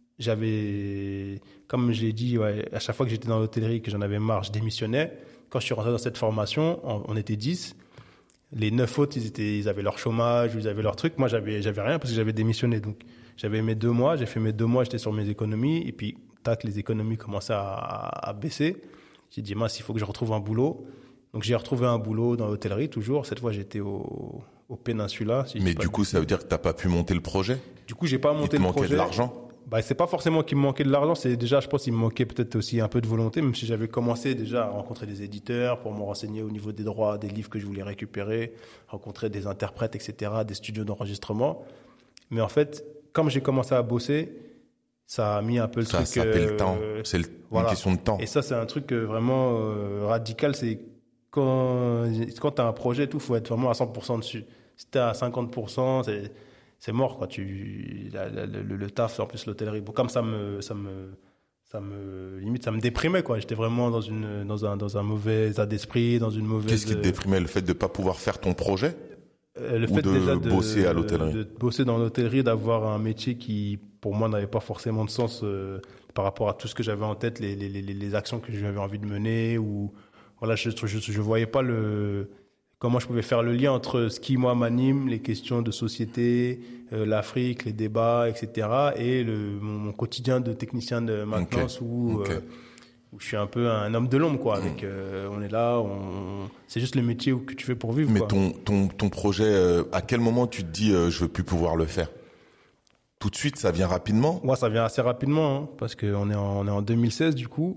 j'avais, comme j'ai dit, ouais, à chaque fois que j'étais dans l'hôtellerie, que j'en avais marre, je démissionnais. Quand je suis rentré dans cette formation, on, on était dix. Les neuf autres, ils, étaient, ils avaient leur chômage, ils avaient leur truc. Moi, j'avais, j'avais rien parce que j'avais démissionné. Donc, j'avais mes deux mois, j'ai fait mes deux mois, j'étais sur mes économies. Et puis, tac, les économies commençaient à, à, à baisser. J'ai dit, mince, il faut que je retrouve un boulot. Donc, j'ai retrouvé un boulot dans l'hôtellerie, toujours. Cette fois, j'étais au, au Péninsula. Si Mais du coup, ça veut dire que tu n'as pas pu monter le projet? Du coup, j'ai pas monté le projet. Il te manquait de l'argent? Bah, c'est pas forcément qu'il me manquait de l'argent, c'est déjà, je pense qu'il me manquait peut-être aussi un peu de volonté, même si j'avais commencé déjà à rencontrer des éditeurs pour me renseigner au niveau des droits, des livres que je voulais récupérer, rencontrer des interprètes, et cetera, des studios d'enregistrement. Mais en fait, comme j'ai commencé à bosser, ça a mis un peu le ça, truc... Ça fait euh, le temps, c'est le, voilà. Une question de temps. Et ça, c'est un truc vraiment euh, radical, c'est quand, quand tu as un projet, il faut être vraiment à cent pour cent dessus. Si tu es à cinquante pour cent, c'est... c'est mort, quoi. Tu, la, la, le, le taf, en plus l'hôtellerie. Bon, comme ça me, ça me, ça me, limite, ça me déprimait, quoi. J'étais vraiment dans une, dans un, dans un mauvais état d'esprit, dans une mauvaise. Qu'est-ce qui te déprimait, le fait de pas pouvoir faire ton projet, euh, le ou fait de déjà de bosser à l'hôtellerie, de bosser dans l'hôtellerie, d'avoir un métier qui, pour moi, n'avait pas forcément de sens euh, par rapport à tout ce que j'avais en tête, les, les, les, les actions que j'avais envie de mener, ou voilà, je, je, je voyais pas le. Comment je pouvais faire le lien entre ce qui, moi, m'anime, les questions de société, euh, l'Afrique, les débats, et cetera, et le, mon, mon quotidien de technicien de maintenance, okay. Où, okay. Euh, où je suis un peu un homme de l'ombre, quoi. Avec, euh, on est là, on, c'est juste le métier que tu fais pour vivre. Mais quoi. ton, ton, ton projet, euh, à quel moment tu te dis euh, je veux plus pouvoir le faire? Tout de suite, ça vient rapidement? Moi, ça vient assez rapidement, hein, parce qu'on est en, on est en deux mille seize, du coup.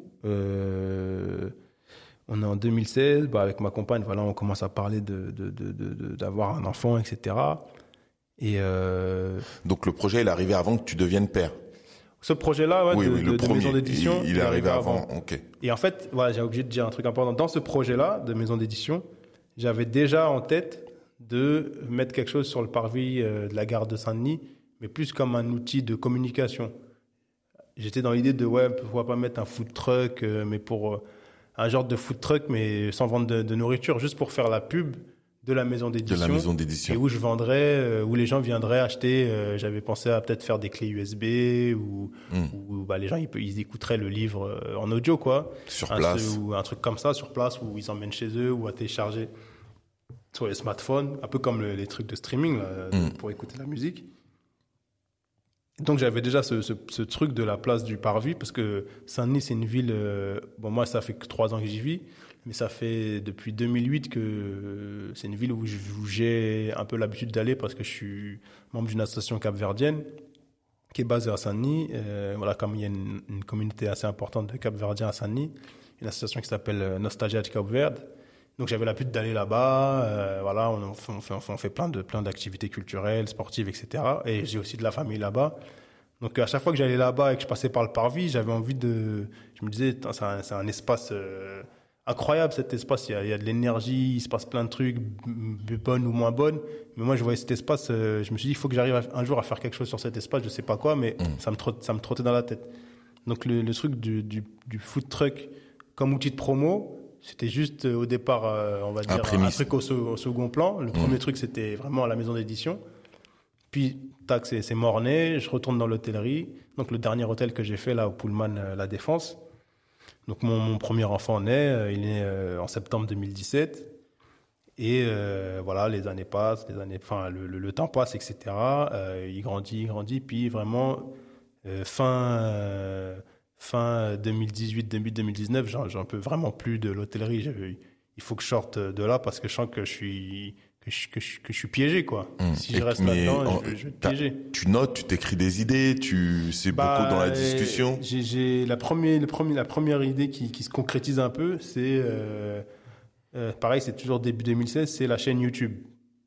Euh, On est en deux mille seize, bah avec ma compagne, voilà, on commence à parler de, de, de, de, d'avoir un enfant, et cetera. Et euh... Donc le projet, il est arrivé avant que tu deviennes père. Ce projet-là, ouais, oui, de, oui, de, le de premier, maison d'édition, il, il est arrivé avant. avant. Ok. Et en fait, voilà, j'ai oublié de dire un truc important. Dans ce projet-là de maison d'édition, j'avais déjà en tête de mettre quelque chose sur le parvis euh, de la gare de Saint-Denis, mais plus comme un outil de communication. J'étais dans l'idée de, ouais, pourquoi pas mettre un food truck, euh, mais pour euh, un genre de food truck, mais sans vendre de, de nourriture, juste pour faire la pub de la maison d'édition. De la maison d'édition. Et où je vendrais, euh, où les gens viendraient acheter. Euh, j'avais pensé à peut-être faire des clés U S B, ou, mm. ou bah, les gens, ils, ils écouteraient le livre euh, en audio, quoi. Sur un, place. Ou un truc comme ça, sur place, où ils emmènent chez eux, ou à télécharger sur les smartphones, un peu comme le, les trucs de streaming, là, mm. pour écouter la musique. Donc j'avais déjà ce, ce, ce truc de la place du Parvis, parce que Saint-Denis, c'est une ville... Euh, bon, moi, ça fait que trois ans que j'y vis, mais ça fait depuis deux mille huit que euh, c'est une ville où, je, où j'ai un peu l'habitude d'aller, parce que je suis membre d'une association capverdienne qui est basée à Saint-Denis. Euh, voilà, comme il y a une, une communauté assez importante de Capverdiens à Saint-Denis, une association qui s'appelle Nostalgia de Cap-Verde. Donc j'avais l'habitude d'aller là-bas, euh, voilà, on, on, fait, on fait plein de plein d'activités culturelles, sportives, et cetera. Et j'ai aussi de la famille là-bas. Donc à chaque fois que j'allais là-bas et que je passais par le parvis, j'avais envie de, je me disais, c'est un, c'est un espace euh, incroyable, cet espace. Il y a, il y a de l'énergie, il se passe plein de trucs, bonnes ou moins bonnes. Mais moi je voyais cet espace, euh, je me suis dit, il faut que j'arrive un jour à faire quelque chose sur cet espace. Je sais pas quoi, mais mmh. ça me trotte, ça me trottait dans la tête. Donc le, le truc du, du, du food truck comme outil de promo. C'était juste euh, au départ, euh, on va dire, un, un truc au, au second plan. Le mmh. premier truc, c'était vraiment à la maison d'édition. Puis, tac, c'est, c'est mort-né. Je retourne dans l'hôtellerie. Donc, le dernier hôtel que j'ai fait, là, au Pullman euh, La Défense. Donc, mon, mon premier enfant naît. Euh, il est euh, en septembre deux mille dix-sept. Et euh, voilà, les années passent, les années, enfin, le, le, le temps passe, et cetera. Euh, il grandit, il grandit. Puis, vraiment, euh, fin... Euh, Fin deux mille dix-huit, début deux mille dix-neuf, j'en, j'en peux vraiment plus de l'hôtellerie. Je, il faut que je sorte de là parce que je sens que je suis, que je, que je, que je suis piégé, quoi. Mmh. Si je reste là-dedans, en, je, je vais être piégé. Tu notes, tu t'écris des idées, tu, c'est bah, beaucoup dans la discussion. J'ai, j'ai la première, le premier, la première idée qui, qui se concrétise un peu, c'est, euh, euh, pareil, c'est toujours début deux mille seize, c'est la chaîne YouTube.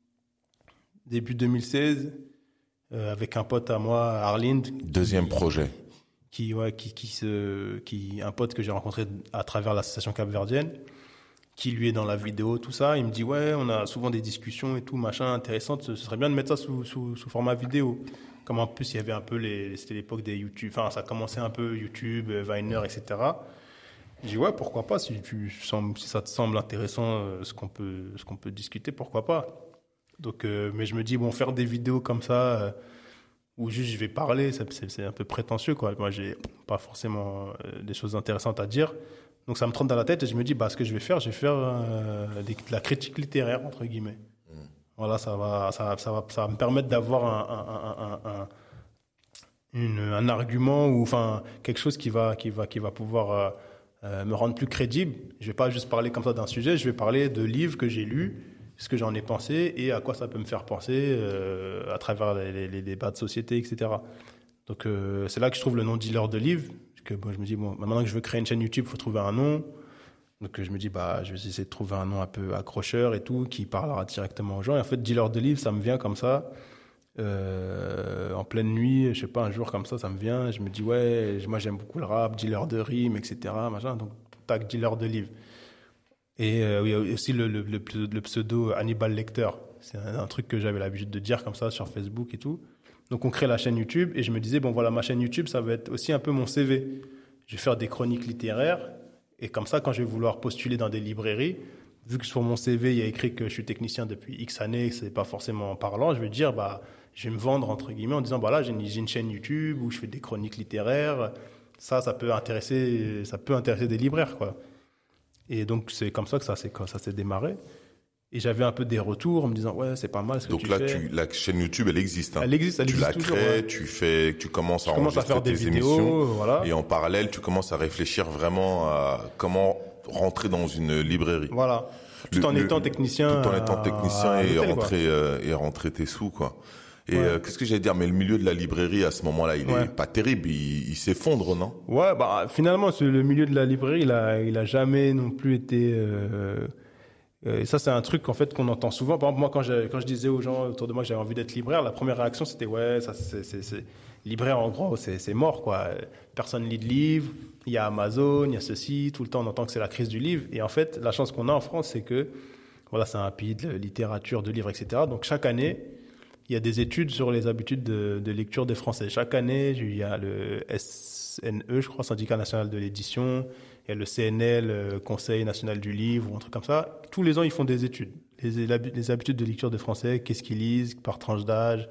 Début deux mille seize, euh, avec un pote à moi, Arlind. Deuxième qui, projet. Qui, ouais, qui, qui se, qui, un pote que j'ai rencontré à travers l'association capverdienne, qui lui est dans la vidéo, tout ça. Il me dit, ouais, on a souvent des discussions et tout, machin, intéressantes. Ce serait bien de mettre ça sous, sous, sous format vidéo. Comme en plus, il y avait un peu les, c'était l'époque des YouTube, enfin, ça commençait un peu YouTube, Viner, et cetera. J'ai dit, ouais, pourquoi pas, si tu sembles, si ça te semble intéressant, ce qu'on peut, ce qu'on peut discuter, pourquoi pas. Donc, euh, mais je me dis, bon, faire des vidéos comme ça, euh, où juste je vais parler, c'est, c'est, c'est un peu prétentieux, quoi. Moi, j'ai pas forcément euh, des choses intéressantes à dire. Donc, ça me trotte dans la tête et je me dis, bah, ce que je vais faire, je vais faire euh, des, de la critique littéraire, entre guillemets. Mmh. Voilà, ça va, ça, ça, va, ça va me permettre d'avoir un, un, un, un, une, un argument ou enfin, quelque chose qui va, qui va, qui va pouvoir euh, euh, me rendre plus crédible. Je vais pas juste parler comme ça d'un sujet, je vais parler de livres que j'ai lus, ce que j'en ai pensé et à quoi ça peut me faire penser euh, à travers les, les, les débats de société, et cetera. Donc, euh, c'est là que je trouve le nom dealer de livres. Que, bon, je me dis, bon, maintenant que je veux créer une chaîne YouTube, il faut trouver un nom. Donc, je me dis, bah, je vais essayer de trouver un nom un peu accrocheur et tout, qui parlera directement aux gens. Et en fait, dealer de livres, ça me vient comme ça. Euh, en pleine nuit, je sais pas, un jour comme ça, ça me vient. Je me dis, ouais, moi, j'aime beaucoup le rap, dealer de rimes, et cetera. Machin. Donc, tac, dealer de livres. Et euh, il y a aussi le, le, le, le pseudo Hannibal Lecter. C'est un, un truc que j'avais l'habitude de dire comme ça sur Facebook et tout. Donc, on crée la chaîne YouTube et je me disais, bon, voilà, ma chaîne YouTube, ça va être aussi un peu mon C V. Je vais faire des chroniques littéraires et comme ça, quand je vais vouloir postuler dans des librairies, vu que sur mon C V, il y a écrit que je suis technicien depuis X années, que c'est pas forcément parlant, je vais dire, bah, je vais me vendre, entre guillemets, en disant, voilà, j'ai une, j'ai une chaîne YouTube où je fais des chroniques littéraires. Ça, ça peut intéresser, ça peut intéresser des libraires, quoi. Et donc, c'est comme ça que ça s'est, ça s'est démarré. Et j'avais un peu des retours en me disant, ouais, c'est pas mal ce que donc tu là, fais. Donc là, la chaîne YouTube, elle existe. Hein. Elle existe, elle tu existe la toujours. Tu la crées, ouais. tu fais, tu commences à je commence enregistrer à faire des tes vidéos, émissions. Voilà. Et en parallèle, tu commences à réfléchir vraiment à comment rentrer dans une librairie. Voilà. Tout le, en étant le, technicien. Tout en étant technicien à, à et, rentrer, euh, et rentrer tes sous, quoi. Et ouais. euh, qu'est-ce que j'allais dire? Mais le milieu de la librairie, à ce moment-là, il ouais. est pas terrible. Il, il s'effondre, non? Ouais, bah, finalement, le milieu de la librairie, il a, il a jamais non plus été, euh, Euh, et ça, c'est un truc en fait qu'on entend souvent. Par exemple, moi, quand je, quand je disais aux gens autour de moi que j'avais envie d'être libraire, la première réaction, c'était ouais, ça, c'est, c'est, c'est... libraire, en gros, c'est, c'est mort, quoi. Personne lit de livres. Il y a Amazon, il y a ceci. Tout le temps, on entend que c'est la crise du livre. Et en fait, la chance qu'on a en France, c'est que voilà, c'est un pays de littérature, de livres, et cetera. Donc, chaque année, il y a des études sur les habitudes de, de lecture des Français. Chaque année, il y a le S N E, je crois, Syndicat national de l'édition. Il y a le C N L, Conseil national du livre, ou un truc comme ça. Tous les ans, ils font des études. Les, les habitudes de lecture des Français, qu'est-ce qu'ils lisent, par tranche d'âge,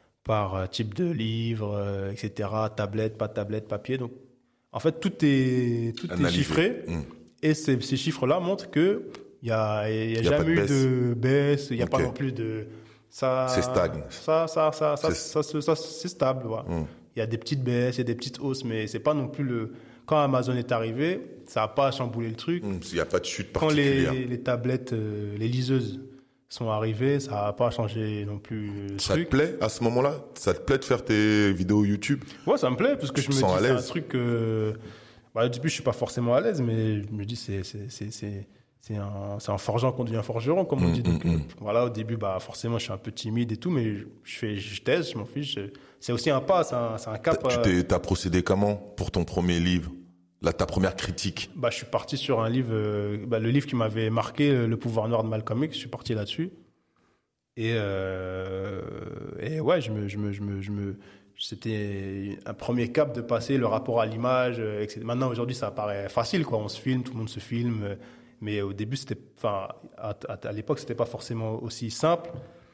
par type de livre, euh, et cetera. Tablette, pas tablette, papier. Donc, en fait, tout est, tout est chiffré. Mmh. Et ces, ces chiffres-là montrent qu'il n'y a, y a, y a jamais eu de baisse. Il n'y a okay. pas non plus de... Ça, c'est stagne. Ça, ça, ça, ça, ça, ça, ça c'est stable. Il voilà. mmh. y a des petites baisses, il y a des petites hausses, mais c'est pas non plus le... Quand Amazon est arrivé, ça n'a pas chamboulé le truc. Il mmh, n'y a pas de chute particulière. Quand les, les tablettes, euh, les liseuses sont arrivées, ça n'a pas changé non plus le ça truc. Ça te plaît à ce moment-là? Ça te plaît de faire tes vidéos YouTube? Ouais, ça me plaît, parce que je me dis c'est un truc... Euh... Bah, au début, je ne suis pas forcément à l'aise, mais je me dis c'est... c'est, c'est, c'est... C'est un, c'est un forgeant qu'on devient forgeron, comme on mmh, dit. Donc, mmh. euh, voilà, au début, bah, forcément, je suis un peu timide et tout, mais je, je, fais, je teste, je m'en fiche. Je, c'est aussi un pas, c'est un, c'est un cap. Tu t'es, t'as procédé comment pour ton premier livre? Là, ta première critique? Bah, je suis parti sur un livre, euh, bah, le livre qui m'avait marqué, Le pouvoir noir de Malcolm X. Je suis parti là-dessus. Et, euh, et ouais, je me, je me, je me, je me, c'était un premier cap de passer le rapport à l'image, et cetera. Maintenant, aujourd'hui, ça paraît facile, quoi. On se filme, tout le monde se filme. Mais au début, c'était, enfin, à, à, à l'époque, c'était pas forcément aussi simple.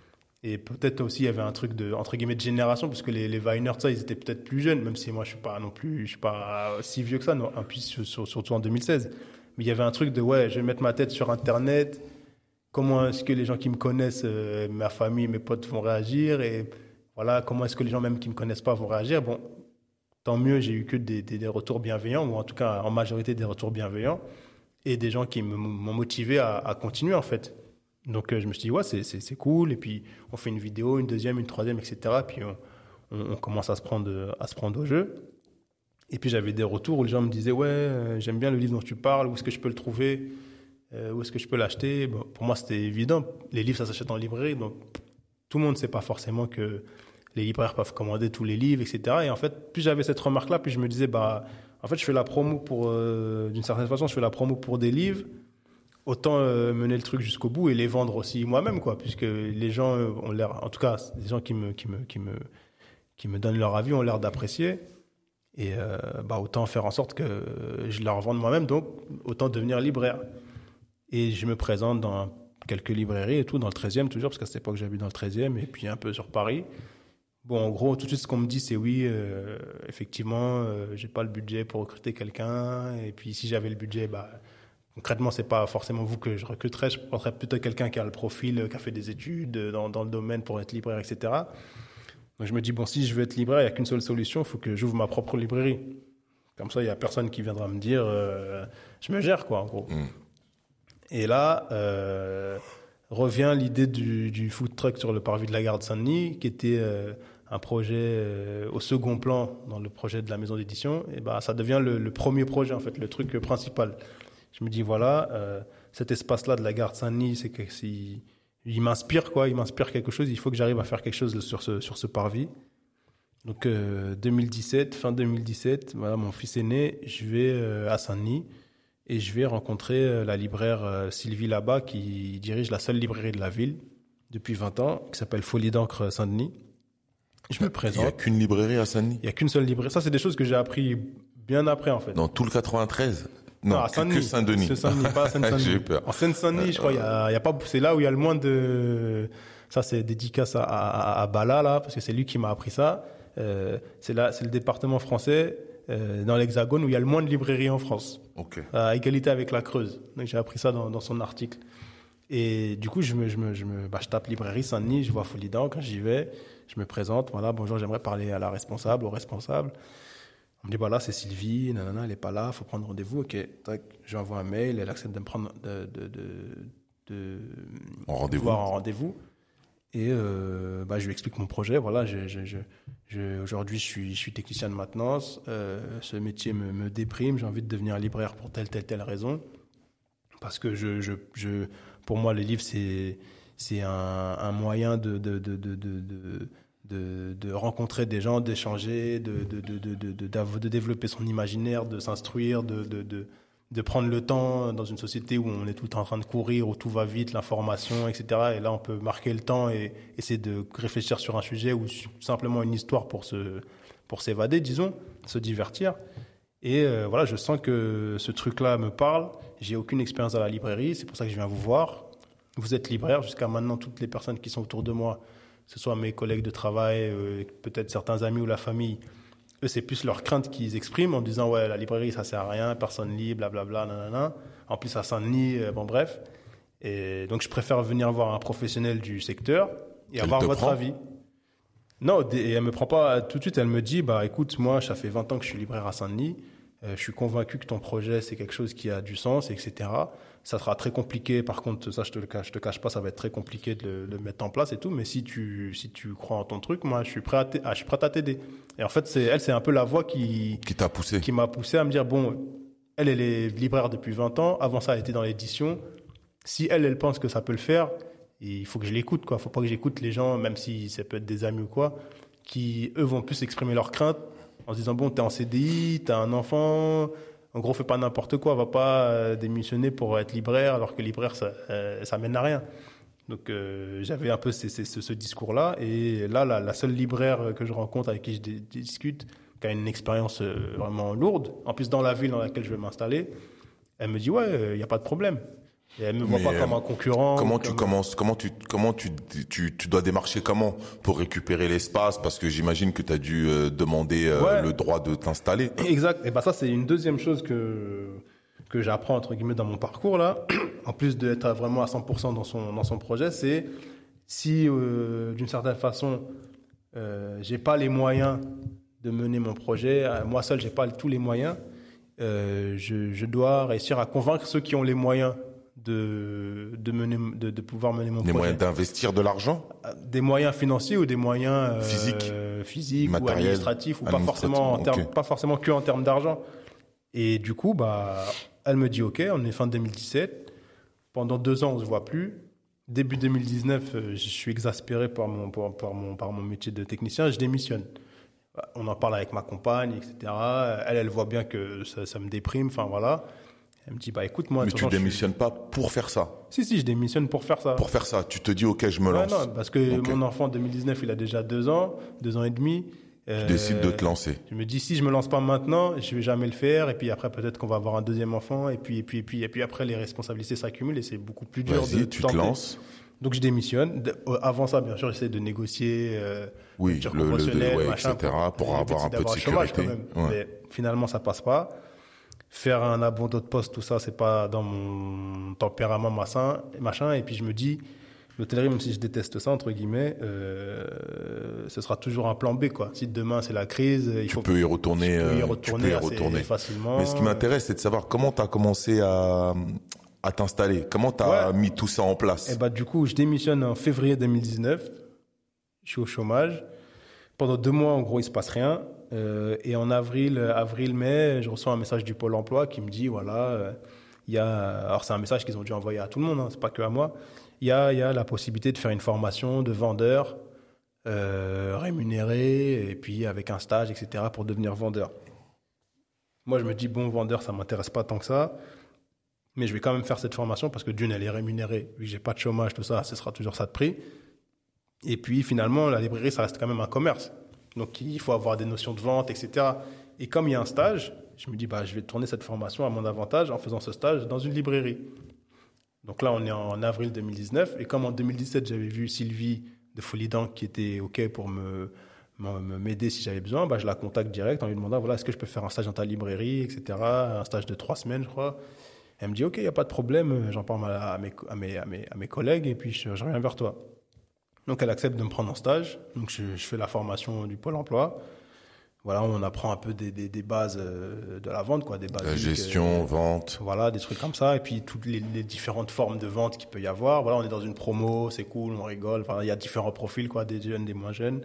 Et peut-être aussi, il y avait un truc de, entre guillemets, de génération, parce que les, les Viners, ça, ils étaient peut-être plus jeunes, même si moi, je suis pas non plus, je suis pas si vieux que ça, non, en plus, surtout en deux mille seize. Mais il y avait un truc de, ouais, je vais mettre ma tête sur Internet. Comment est-ce que les gens qui me connaissent, euh, ma famille, mes potes vont réagir? Et voilà, comment est-ce que les gens même qui me connaissent pas vont réagir? Bon, tant mieux, j'ai eu que des, des, des retours bienveillants, ou en tout cas, en majorité, des retours bienveillants. Et des gens qui m'ont motivé à, à continuer, en fait. Donc, euh, je me suis dit, ouais, c'est, c'est, c'est cool. Et puis, on fait une vidéo, une deuxième, une troisième, et cetera. Puis, on, on, on commence à se, prendre, à se prendre au jeu. Et puis, j'avais des retours où les gens me disaient, ouais, euh, j'aime bien le livre dont tu parles. Où est-ce que je peux le trouver? euh, Où est-ce que je peux l'acheter? Bon, pour moi, c'était évident. Les livres, ça s'achète en librairie. Donc, tout le monde ne sait pas forcément que les libraires peuvent commander tous les livres, et cetera. Et en fait, plus j'avais cette remarque-là, plus je me disais, bah... En fait, je fais la promo pour, euh, d'une certaine façon, je fais la promo pour des livres. Autant euh, mener le truc jusqu'au bout et les vendre aussi moi-même, quoi, puisque les gens euh, ont l'air, en tout cas, les gens qui me, qui me, qui me, qui me donnent leur avis ont l'air d'apprécier. Et euh, bah, autant faire en sorte que je leur vende moi-même, donc autant devenir libraire. Et je me présente dans quelques librairies et tout, dans le treizième toujours, parce qu'à cette époque, j'habite dans le treizième et puis un peu sur Paris. Bon, en gros, tout de suite, ce qu'on me dit, c'est oui, euh, effectivement, euh, j'ai pas le budget pour recruter quelqu'un. Et puis, si j'avais le budget, bah, concrètement, c'est pas forcément vous que je recruterais. Je prendrais plutôt quelqu'un qui a le profil, qui a fait des études dans, dans le domaine pour être libraire, et cetera. Donc, je me dis, bon, si je veux être libraire, il n'y a qu'une seule solution, il faut que j'ouvre ma propre librairie. Comme ça, il n'y a personne qui viendra me dire, euh, je me gère, quoi, en gros. Mmh. Et là, euh, revient l'idée du, du food truck sur le parvis de la gare de Saint-Denis, qui était euh, un projet euh, au second plan dans le projet de la maison d'édition. Et bah, ça devient le, le premier projet, en fait, le truc principal. Je me dis, voilà, euh, cet espace-là de la gare de Saint-Denis, c'est que si, il m'inspire, quoi, il m'inspire quelque chose. Il faut que j'arrive à faire quelque chose sur ce, sur ce parvis. Donc, euh, deux mille dix-sept, fin deux mille dix-sept, voilà, mon fils est né, je vais euh, à Saint-Denis. Et je vais rencontrer la libraire Sylvie Labat, qui dirige la seule librairie de la ville depuis vingt ans, qui s'appelle Folie d'encre Saint-Denis. Je me présente. Il n'y a qu'une librairie à Saint-Denis? Il n'y a qu'une seule librairie. Ça, c'est des choses que j'ai appris bien après, en fait. Dans tout le quatre-vingt-treize? Non, non à Saint-Denis. Que Saint-Denis. C'est Saint-Denis, pas à Seine-Saint-Denis. J'ai eu peur. En Seine-Saint-Denis, je crois, il y a, il y a pas, c'est là où il y a le moins de... Ça, c'est dédicace à, à, à Bala, là, parce que c'est lui qui m'a appris ça. Euh, c'est là, c'est le département français... Euh, dans l'Hexagone où il y a le moins de librairies en France, okay. à égalité avec la Creuse. Donc j'ai appris ça dans, dans son article. Et du coup, je me, je me, je me, bah, je tape librairie Saint-Denis, je vois Folie d'encre, j'y vais, je me présente, voilà, bonjour, j'aimerais parler à la responsable, au responsable. On me dit, voilà, c'est Sylvie, nanana, elle est pas là, faut prendre rendez-vous. Ok, tac, j'envoie un mail, elle accepte de me prendre, de, de, de, de en rendez-vous. voir en rendez-vous. Et euh, bah, je lui explique mon projet. Voilà, je, je, je, je, aujourd'hui, je suis, je suis technicien de maintenance. Euh, ce métier me, me déprime. J'ai envie de devenir libraire pour telle, telle, telle raison. Parce que je, je, je pour moi, les livres, c'est, c'est un, un moyen de, de, de, de, de, de, de, de rencontrer des gens, d'échanger, de, de, de, de, de, de, de développer son imaginaire, de s'instruire, de, de, de, de prendre le temps dans une société où on est tout le temps en train de courir, où tout va vite, l'information, et cetera. Et là, on peut marquer le temps et essayer de réfléchir sur un sujet ou simplement une histoire pour se, pour s'évader, disons, se divertir. Et euh, voilà, je sens que ce truc-là me parle. J'ai aucune expérience à la librairie, c'est pour ça que je viens vous voir. Vous êtes libraire, jusqu'à maintenant, toutes les personnes qui sont autour de moi, que ce soit mes collègues de travail, euh, peut-être certains amis ou la famille, eux, c'est plus leur crainte qu'ils expriment en disant « Ouais, la librairie, ça sert à rien, personne lit, blablabla, nanana. » En plus, à Saint-Denis, euh, bon bref. Et donc, je préfère venir voir un professionnel du secteur et Elle avoir te votre prend avis. Non, et elle me prend pas tout de suite, elle me dit « Bah écoute, moi, ça fait vingt ans que je suis libraire à Saint-Denis. Euh, je suis convaincu que ton projet, c'est quelque chose qui a du sens, et cetera. Ça sera très compliqué. Par contre, ça, je te le cache, je te cache pas, ça va être très compliqué de le, de le mettre en place et tout. Mais si tu, si tu crois en ton truc, moi, je suis prêt à, t'a- je suis prêt à t'aider. » Et en fait, c'est, elle, c'est un peu la voix qui, Qui t'a poussé. qui m'a poussé à me dire, bon, elle, elle est libraire depuis vingt ans. Avant ça, elle était dans l'édition. Si elle, elle pense que ça peut le faire, il faut que je l'écoute, quoi. Faut pas que j'écoute les gens, même si ça peut être des amis ou quoi, qui, eux, vont plus exprimer leurs craintes en se disant, bon, t'es en C D I, t'as un enfant, en gros, fais pas n'importe quoi, va pas euh, démissionner pour être libraire, alors que libraire, ça, euh, ça mène à rien. Donc, euh, j'avais un peu ces- ces- ce, ce discours-là. Et là, la, la seule libraire que je rencontre, avec qui je dé- discute, qui a une expérience euh, vraiment lourde, en plus dans la ville dans laquelle je vais m'installer, elle me dit, ouais, il n'y a pas de problème. Et elle me voit Mais, pas euh, comme un concurrent. Comment ou tu comme- commences, comment tu, comment tu, tu, tu dois démarcher comment pour récupérer l'espace? Parce que j'imagine que tu as dû euh, demander euh, Ouais. le droit de t'installer. Exact. Et ben ça, c'est une deuxième chose que que j'apprends entre guillemets dans mon parcours là. En plus d'être vraiment à cent pour cent dans son dans son projet, c'est si euh, d'une certaine façon euh, j'ai pas les moyens de mener mon projet, euh, moi seul j'ai pas tous les moyens, euh, je, je dois réussir à convaincre ceux qui ont les moyens de de mener de, de pouvoir mener mon Des projet. moyens d'investir de l'argent? Des moyens financiers ou des moyens euh, Physiques. physiques ou Matériels. administratifs ou pas Administratifs, forcément en ok. termes, pas forcément que en termes d'argent. Et du coup, bah, elle me dit OK, on est fin deux mille dix-sept. Pendant deux ans, on se voit plus. Début deux mille dix-neuf, euh, je suis exaspéré par mon, par, par mon, par mon métier de technicien. Je démissionne. On en parle avec ma compagne, et cetera. Elle, elle voit bien que ça, ça me déprime. Enfin voilà. Elle me dit bah écoute moi. Mais de toute tu façon, je suis- démissionnes pas pour faire ça. Si si, je démissionne pour faire ça. Pour faire ça, tu te dis ok, je me Ouais, lance. non, parce que Ok. mon enfant en deux mille dix-neuf, il a déjà deux ans, deux ans et demi. Tu décides de te lancer. Je me dis si je me lance pas maintenant, je vais jamais le faire. Et puis après peut-être qu'on va avoir un deuxième enfant. Et puis et puis et puis et puis après les responsabilités s'accumulent et c'est beaucoup plus dur de Vas-y, tu te tenter. lances. Donc je démissionne. De- euh, avant ça, bien sûr, j'essaie de négocier. Euh, Oui, rupture le, le, conventionnelle, ouais, machin, et cetera, pour les avoir petits un peu de d'avoir le chômage, sécurité. quand même. Ouais. Mais finalement, ça passe pas. Faire un abandon de poste, tout ça, c'est pas dans mon tempérament, machin. machin. Et puis je me dis, l'hôtellerie, même si je déteste ça, entre guillemets, euh, ce sera toujours un plan B, quoi. Si demain c'est la crise, il Tu faut peux y retourner, je peux y euh, retourner, tu peux y assez retourner. facilement. Mais ce qui m'intéresse, c'est de savoir comment tu as commencé à, à t'installer. Comment tu as Ouais. mis tout ça en place. Et bah, du coup, je démissionne en février deux mille dix-neuf. Je suis au chômage. Pendant deux mois, en gros, il se passe rien. Euh, et en avril, avril, mai, je reçois un message du Pôle emploi qui me dit, voilà, euh, il y a, alors c'est un message qu'ils ont dû envoyer à tout le monde, hein, c'est pas que à moi. Il y a, il y a la possibilité de faire une formation de vendeur euh, rémunéré et puis avec un stage, et cetera pour devenir vendeur. Moi, je me dis, bon, vendeur, ça m'intéresse pas tant que ça. Mais je vais quand même faire cette formation parce que d'une, elle est rémunérée. Vu que j'ai pas de chômage, tout ça, ce sera toujours ça de prix. Et puis, finalement, la librairie, ça reste quand même un commerce. Donc, il faut avoir des notions de vente, et cetera. Et comme il y a un stage, je me dis, bah, je vais tourner cette formation à mon avantage en faisant ce stage dans une librairie. Donc là, on est en avril deux mille dix-neuf. Et comme en deux mille dix-sept, j'avais vu Sylvie de Folidan qui était OK pour me, me- me- m'aider si j'avais besoin, bah, je la contacte direct en lui demandant, voilà, est-ce que je peux faire un stage dans ta librairie, et cetera. Un stage de trois semaines, je crois. Elle me dit, OK, il n'y a pas de problème. J'en parle à mes, à mes, à mes, à mes collègues et puis je, je reviens vers toi. Donc, elle accepte de me prendre en stage. Donc, je, je fais la formation du Pôle emploi. Voilà, on apprend un peu des, des, des bases euh, de la vente, quoi, des bases. La gestion, vente. Voilà, des trucs comme ça. Et puis, toutes les, les différentes formes de vente qu'il peut y avoir. Voilà, on est dans une promo, c'est cool, on rigole. Enfin, il y a différents profils, quoi, des jeunes, des moins jeunes.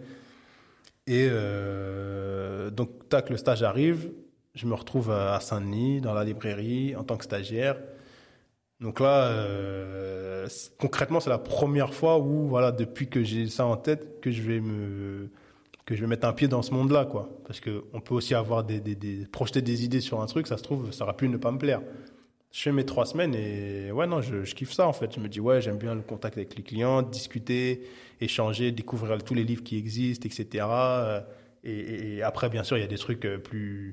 Et euh, donc, tac, le stage arrive. Je me retrouve à Saint-Denis, dans la librairie, en tant que stagiaire. Donc là, euh, concrètement, c'est la première fois où, voilà, depuis que j'ai ça en tête, que je vais me, que je vais mettre un pied dans ce monde-là, quoi. Parce que on peut aussi avoir des, des, des, projeter des idées sur un truc, ça se trouve, ça aurait pu ne pas me plaire. Je fais mes trois semaines et ouais, non, je, je kiffe ça, en fait. Je me dis, ouais, j'aime bien le contact avec les clients, discuter, échanger, découvrir tous les livres qui existent, et cetera. Et, et, et après, bien sûr, il y a des trucs plus,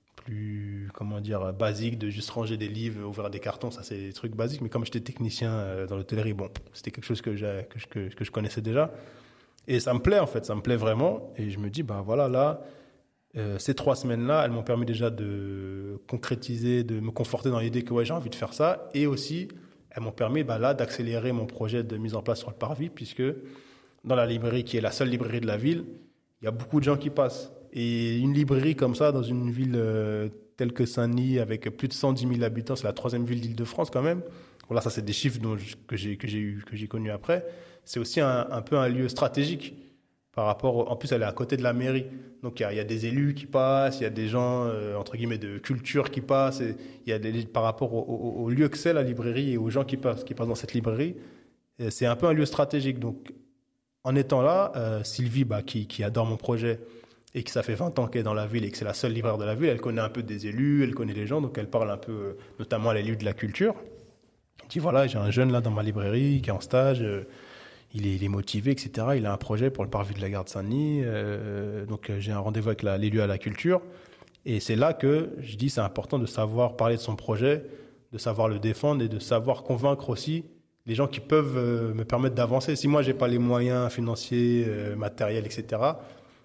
plus, comment dire, basiques, de juste ranger des livres, ouvrir des cartons, ça, c'est des trucs basiques. Mais comme j'étais technicien dans l'hôtellerie, bon, c'était quelque chose que, j'ai, que, je, que, que je connaissais déjà. Et ça me plaît, en fait, ça me plaît vraiment. Et je me dis, ben voilà, là, Euh, ces trois semaines-là, elles m'ont permis déjà de concrétiser, de me conforter dans l'idée que ouais, j'ai envie de faire ça. Et aussi, elles m'ont permis bah, là, d'accélérer mon projet de mise en place sur le parvis, puisque dans la librairie, qui est la seule librairie de la ville, il y a beaucoup de gens qui passent. Et une librairie comme ça, dans une ville euh, telle que Saint-Denis, avec plus de cent dix mille habitants, c'est la troisième ville d'Île-de-France quand même. Voilà, ça, c'est des chiffres dont je, que, j'ai, que, j'ai eu, que j'ai connus après. C'est aussi un, un peu un lieu stratégique. Par rapport, au, en plus, elle est à côté de la mairie. Donc, il y a, il y a des élus qui passent, il y a des gens, euh, entre guillemets, de culture qui passent. Et il y a des, par rapport au, au, au lieu que c'est, la librairie, et aux gens qui passent, qui passent dans cette librairie, c'est un peu un lieu stratégique. Donc, en étant là, euh, Sylvie, bah, qui, qui adore mon projet et que ça fait vingt ans qu'elle est dans la ville et que c'est la seule libraire de la ville, elle connaît un peu des élus, elle connaît les gens, donc elle parle un peu, euh, notamment à l'élu de la culture. Elle dit, voilà, j'ai un jeune là dans ma librairie qui est en stage, euh, Il est, il est motivé, et cetera. Il a un projet pour le parvis de la gare de Saint-Denis. Euh, donc, euh, j'ai un rendez-vous avec la, l'élu à la culture. Et c'est là que je dis c'est important de savoir parler de son projet, de savoir le défendre et de savoir convaincre aussi les gens qui peuvent euh, me permettre d'avancer. Si moi, j'ai pas les moyens financiers, euh, matériels, et cetera,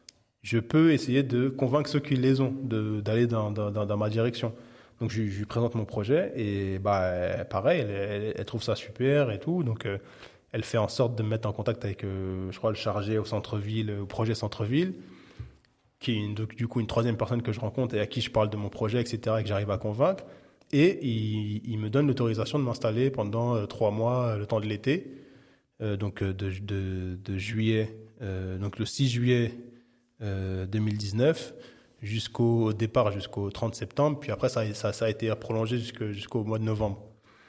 je peux essayer de convaincre ceux qui les ont de, d'aller dans, dans, dans ma direction. Donc, je, je lui présente mon projet et bah, pareil, elle, elle, elle trouve ça super et tout. Donc, euh, elle fait en sorte de me mettre en contact avec, euh, je crois, le chargé au centre-ville, au projet centre-ville, qui est une, du coup une troisième personne que je rencontre et à qui je parle de mon projet, et cetera, et que j'arrive à convaincre. Et il, il me donne l'autorisation de m'installer pendant euh, trois mois, le temps de l'été, euh, donc euh, de, de, de juillet, euh, donc le six juillet euh, deux mille dix-neuf, jusqu'au au départ jusqu'au trente septembre, puis après ça, ça, ça a été prolongé jusqu'au, jusqu'au mois de novembre.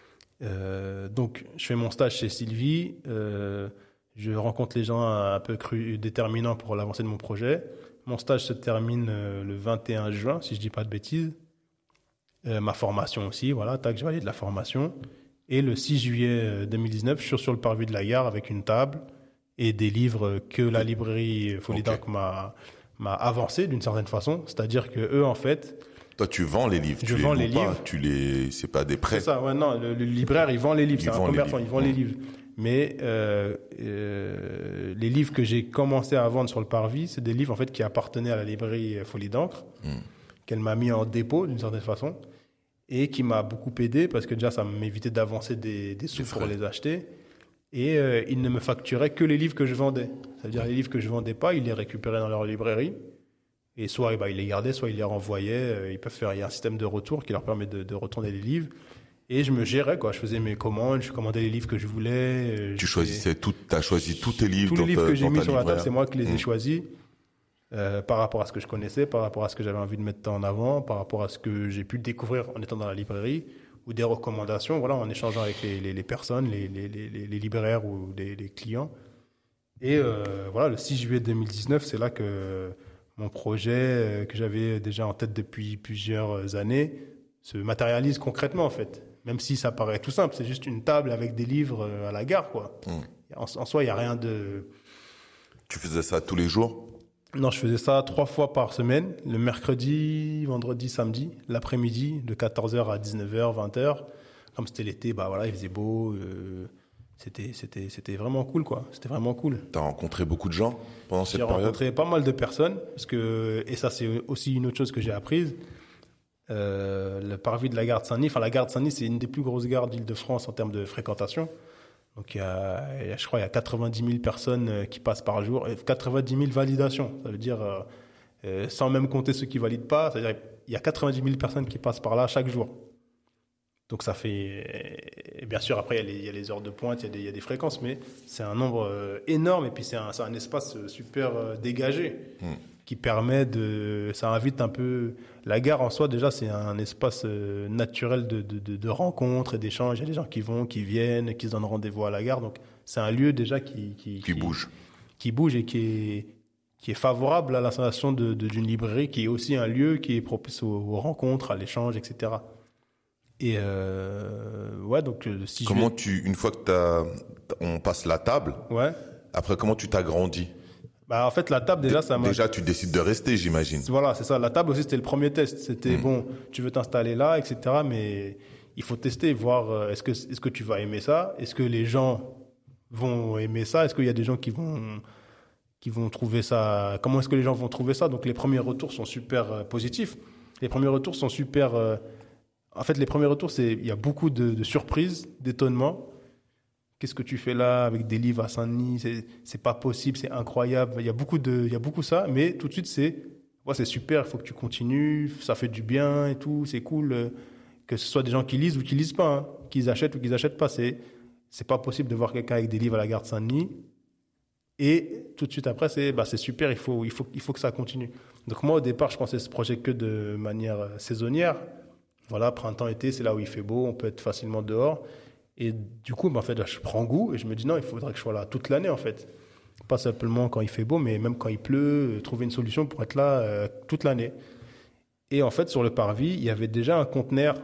Euh, donc, je fais mon stage chez Sylvie. Euh, je rencontre les gens un peu cru, déterminants pour l'avancée de mon projet. Mon stage se termine euh, le vingt et un juin, si je dis pas de bêtises. Euh, ma formation aussi, voilà, tac, je valide la formation. Et le six juillet deux mille dix-neuf, je suis sur le parvis de la gare avec une table et des livres que la librairie Folie d'Ancre okay. m'a, m'a avancé d'une certaine façon. C'est-à-dire que eux, en fait... Toi, tu vends les livres. Je tu vends les, les pas, livres. Tu les, c'est pas des prêts. C'est ça, ouais, non. Le, le libraire, il vend les livres. Il c'est un commerçant, il vend mmh. les livres. Mais euh, euh, les livres que j'ai commencé à vendre sur le parvis, c'est des livres en fait qui appartenaient à la librairie Folie d'Ancre, mmh. qu'elle m'a mis en dépôt d'une certaine façon, et qui m'a beaucoup aidé parce que déjà, ça m'évitait d'avancer des, des sous pour les acheter. Et euh, ils ne me facturaient que les livres que je vendais. Ça veut dire les livres que je vendais pas, ils les récupéraient dans leur librairie. Et soit bah, ils les gardaient, soit ils les renvoyaient. Ils peuvent faire, il y a un système de retour qui leur permet de, de retourner les livres. Et je me gérais, quoi. Je faisais mes commandes, je commandais les livres que je voulais. Tu choisissais tout, t'as choisi tous tes livres. Tous les livres que j'ai mis sur la table, c'est moi qui les ai mmh. choisis. Euh, par rapport à ce que je connaissais, par rapport à ce que j'avais envie de mettre en avant, par rapport à ce que j'ai pu découvrir en étant dans la librairie, ou des recommandations, voilà, en échangeant avec les, les, les personnes, les, les, les, les libraires ou les, les clients. Et euh, voilà, le six juillet deux mille dix-neuf, c'est là que mon projet, que j'avais déjà en tête depuis plusieurs années, se matérialise concrètement, en fait. Même si ça paraît tout simple, c'est juste une table avec des livres à la gare, quoi. Mmh. En, en soi, il n'y a rien de... Tu faisais ça tous les jours ? Non, je faisais ça trois fois par semaine, le mercredi, vendredi, samedi, l'après-midi, de quatorze heures à dix-neuf heures, vingt heures. Comme c'était l'été, bah voilà, il faisait beau, euh, c'était, c'était, c'était vraiment cool, quoi. C'était vraiment cool. T'as rencontré beaucoup de gens pendant cette j'ai période ? J'ai rencontré pas mal de personnes, parce que, et ça c'est aussi une autre chose que j'ai apprise, euh, le parvis de la gare de Saint-Denis, enfin la gare de Saint-Denis, c'est une des plus grosses gares d'Île-de-France en termes de fréquentation. Donc, il y a, il y a, je crois, il y a quatre-vingt-dix mille personnes qui passent par jour, et quatre-vingt-dix mille validations. Ça veut dire, euh, sans même compter ceux qui valident pas, c'est-à-dire, il y a quatre-vingt-dix mille personnes qui passent par là chaque jour. Donc, ça fait, et bien sûr, après, il y a les, il y a les heures de pointe, il y a des, il y a des fréquences, mais c'est un nombre énorme, et puis c'est un, c'est un espace super dégagé. Mmh. qui permet de, ça invite un peu, la gare en soi déjà c'est un espace euh, naturel de, de, de, de rencontres et d'échanges. Il y a des gens qui vont, qui viennent, qui se donnent rendez-vous à la gare, donc c'est un lieu déjà qui qui, Qui bouge. qui bouge et qui est qui est favorable à l'installation de, de, d'une librairie, qui est aussi un lieu qui est propice aux, aux rencontres, à l'échange, et cetera. Et euh, ouais, donc si Comment je vais... tu, une fois que t'as, on passe la table, ouais. après comment tu t'agrandis? Bah en fait la table déjà ça m'a... Déjà tu décides de rester, j'imagine. Voilà, c'est ça. La table aussi c'était le premier test. C'était mmh. bon, tu veux t'installer là, et cetera. Mais il faut tester, voir euh, est-ce que est-ce que tu vas aimer ça, est-ce que les gens vont aimer ça, est-ce qu'il y a des gens qui vont qui vont trouver ça, comment est-ce que les gens vont trouver ça. Donc les premiers retours sont super euh, positifs. Les premiers retours sont super. Euh... En fait, les premiers retours c'est il y a beaucoup de, de surprises, d'étonnements. Qu'est-ce que tu fais là avec des livres à Saint-Denis? C'est, c'est pas possible, c'est incroyable. Il y a beaucoup de, il y a beaucoup ça, mais tout de suite c'est, ouais, c'est super, il faut que tu continues, ça fait du bien et tout, c'est cool. Que ce soit des gens qui lisent ou qui lisent pas, hein, qu'ils achètent ou qu'ils achètent pas, c'est, c'est pas possible de voir quelqu'un avec des livres à la gare de Saint-Denis. Et tout de suite après, c'est, bah, c'est super, il faut, il faut, il faut que ça continue. Donc moi au départ, je pensais ce projet que de manière saisonnière. Voilà, printemps, été, c'est là où il fait beau, on peut être facilement dehors. Et du coup, ben, en fait, là, je prends goût et je me dis non, il faudrait que je sois là toute l'année en fait. Pas simplement quand il fait beau, mais même quand il pleut, trouver une solution pour être là euh, toute l'année. Et en fait, sur le parvis, il y avait déjà un conteneur,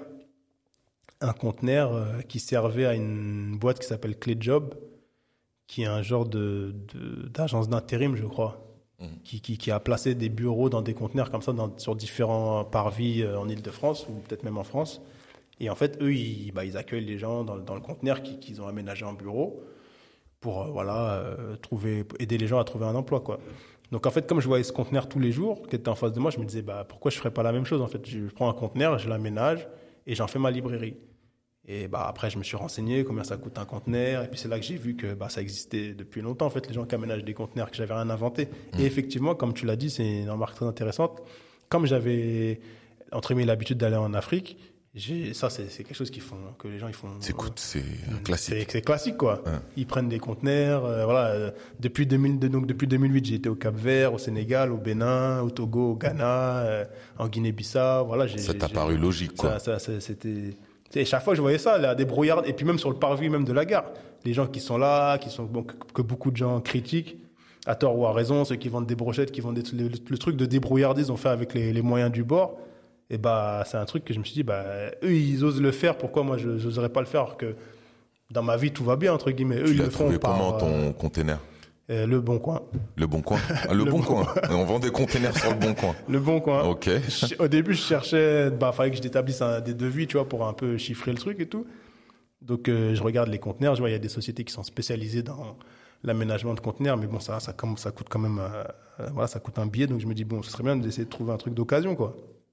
un conteneur euh, qui servait à une boîte qui s'appelle Clé Job, qui est un genre de, de, d'agence d'intérim, je crois, mmh. qui, qui, qui a placé des bureaux dans des conteneurs comme ça dans, sur différents parvis euh, en Île-de-France ou peut-être même en France. Et en fait, eux, ils, bah, ils accueillent les gens dans, dans le conteneur qu'ils, qu'ils ont aménagé en bureau pour euh, voilà, euh, trouver, aider les gens à trouver un emploi, quoi. Donc en fait, comme je voyais ce conteneur tous les jours qui était en face de moi, je me disais bah, pourquoi je ne ferais pas la même chose en fait. Je prends un conteneur, je l'aménage et j'en fais ma librairie. Et bah, après, je me suis renseigné combien ça coûte un conteneur. Et puis c'est là que j'ai vu que bah, ça existait depuis longtemps, en fait, les gens qui aménagent des conteneurs, que j'avais rien inventé. Mmh. Et effectivement, comme tu l'as dit, c'est une remarque très intéressante. Comme j'avais, entre guillemets, l'habitude d'aller en Afrique, J'ai, ça, c'est, c'est quelque chose qu'ils font, que les gens ils font. C'est, euh, c'est un classique. C'est, c'est classique, quoi. Ouais. Ils prennent des conteneurs. Euh, voilà. Euh, depuis deux mille deux, donc depuis deux mille huit, j'ai été au Cap-Vert, au Sénégal, au Bénin, au Togo, au Ghana, euh, en Guinée-Bissau. Voilà. J'ai, ça j'ai, t'a j'ai, paru logique, quoi. Ça, ça, ça c'était. Et chaque fois, je voyais ça, là, des brouillards. Et puis même sur le parvis même de la gare, les gens qui sont là, qui sont bon, que, que beaucoup de gens critiquent, à tort ou à raison, ceux qui vendent des brochettes, qui vendent des, le, le truc de débrouillardise, ont fait avec les, les moyens du bord. Et bah, c'est un truc que je me suis dit, bah, eux, ils osent le faire, pourquoi moi, je n'oserais pas le faire, alors que dans ma vie, tout va bien, entre guillemets. Eux, tu ils l'as le font trouvé par, comment, ton euh, container? euh, Le Bon Coin. Le Bon Coin ah, Le, le Bon, bon Coin. Coin. On vend des containers sur le Bon Coin. Le Bon Coin. Ok. Je, au début, je cherchais, bah, fallait que je établisse un, des devis, tu vois, pour un peu chiffrer le truc et tout. Donc, euh, je regarde les conteneurs, je vois, il y a des sociétés qui sont spécialisées dans l'aménagement de conteneurs, mais bon, ça, ça, ça coûte quand même, euh, voilà, ça coûte un billet, donc je me dis, bon, ce serait bien d'essayer de trouver un truc d'occasion, quoi.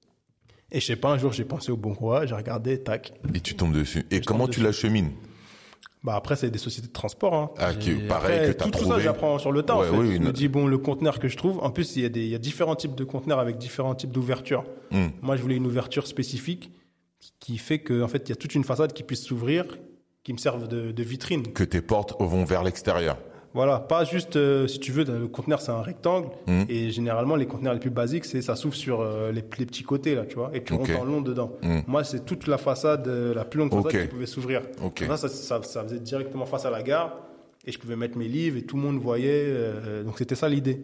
Et je sais pas, un jour, j'ai pensé au Bon Coin, j'ai regardé, tac. Et tu tombes dessus. Et comment tu l'achemines? Bah après, c'est des sociétés de transport. Hein. Ah, qui, pareil après, que t'as tout, trouvé. Tout ça, j'apprends sur le tas, ouais, en fait. Oui, je une... me dis, bon, le conteneur que je trouve, en plus, il y a des, il y a différents types de conteneurs avec différents types d'ouvertures. Mm. Moi, je voulais une ouverture spécifique qui fait que, en fait, il y a toute une façade qui puisse s'ouvrir, qui me serve de, de vitrine. Que tes portes vont vers l'extérieur. Voilà, pas juste, euh, si tu veux, le conteneur, c'est un rectangle. Mmh. Et généralement, les conteneurs les plus basiques, c'est ça s'ouvre sur euh, les, les petits côtés, là, tu vois, et tu okay. rentres en long dedans. Mmh. Moi, c'est toute la façade, euh, la plus longue façade okay. qui pouvait s'ouvrir. Okay. Ça, ça, ça, ça faisait directement face à la gare, et je pouvais mettre mes livres, et tout le monde voyait. Euh, donc, c'était ça l'idée.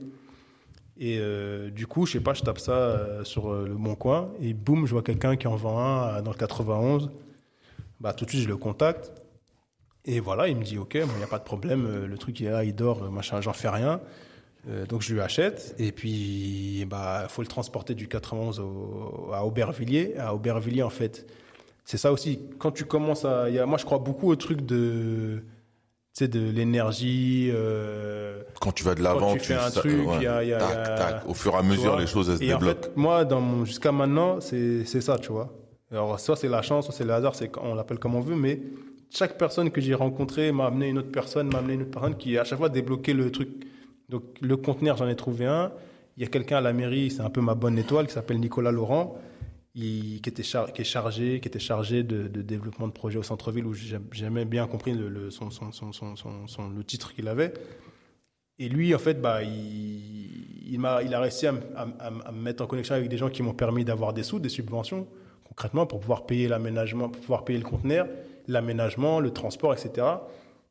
Et euh, du coup, je sais pas, je tape ça euh, sur euh, le Bon Coin, et boum, je vois quelqu'un qui en vend un euh, dans le quatre-vingt-onze. Bah, tout de suite, je le contacte. Et voilà, il me dit, OK, il bon, n'y a pas de problème, euh, le truc il est là, il dort, machin, j'en fais rien. Euh, donc je lui achète, et puis bah faut le transporter du quatre-vingt-onze au, à Aubervilliers. À Aubervilliers, en fait, c'est ça aussi, quand tu commences à... Y a, moi, je crois beaucoup au truc de... Tu sais, de l'énergie... Euh, quand tu vas de l'avant, tu, tu fais un ça, truc, ouais, y a, y a, tac, y a, tac, au fur et à mesure, les choses, elles se et débloquent. En fait, moi, dans mon, jusqu'à maintenant, c'est, c'est ça, tu vois. Alors, soit c'est la chance, soit c'est le hasard, c'est, on l'appelle comme on veut, mais... Chaque personne que j'ai rencontrée m'a amené une autre personne, m'a amené une autre personne qui à chaque fois débloqué le truc. Donc le conteneur, j'en ai trouvé un. Il y a quelqu'un à la mairie, c'est un peu ma bonne étoile, qui s'appelle Nicolas Laurent, il, qui, était char, qui est chargé, qui était chargé de, de développement de projet au centre-ville, où j'ai jamais bien compris le, le, son, son, son, son, son, son, le titre qu'il avait. Et lui, en fait, bah, il, il, m'a, il a réussi à, à, à me mettre en connexion avec des gens qui m'ont permis d'avoir des sous, des subventions, concrètement, pour pouvoir payer l'aménagement, pour pouvoir payer le conteneur, l'aménagement, le transport, et cetera.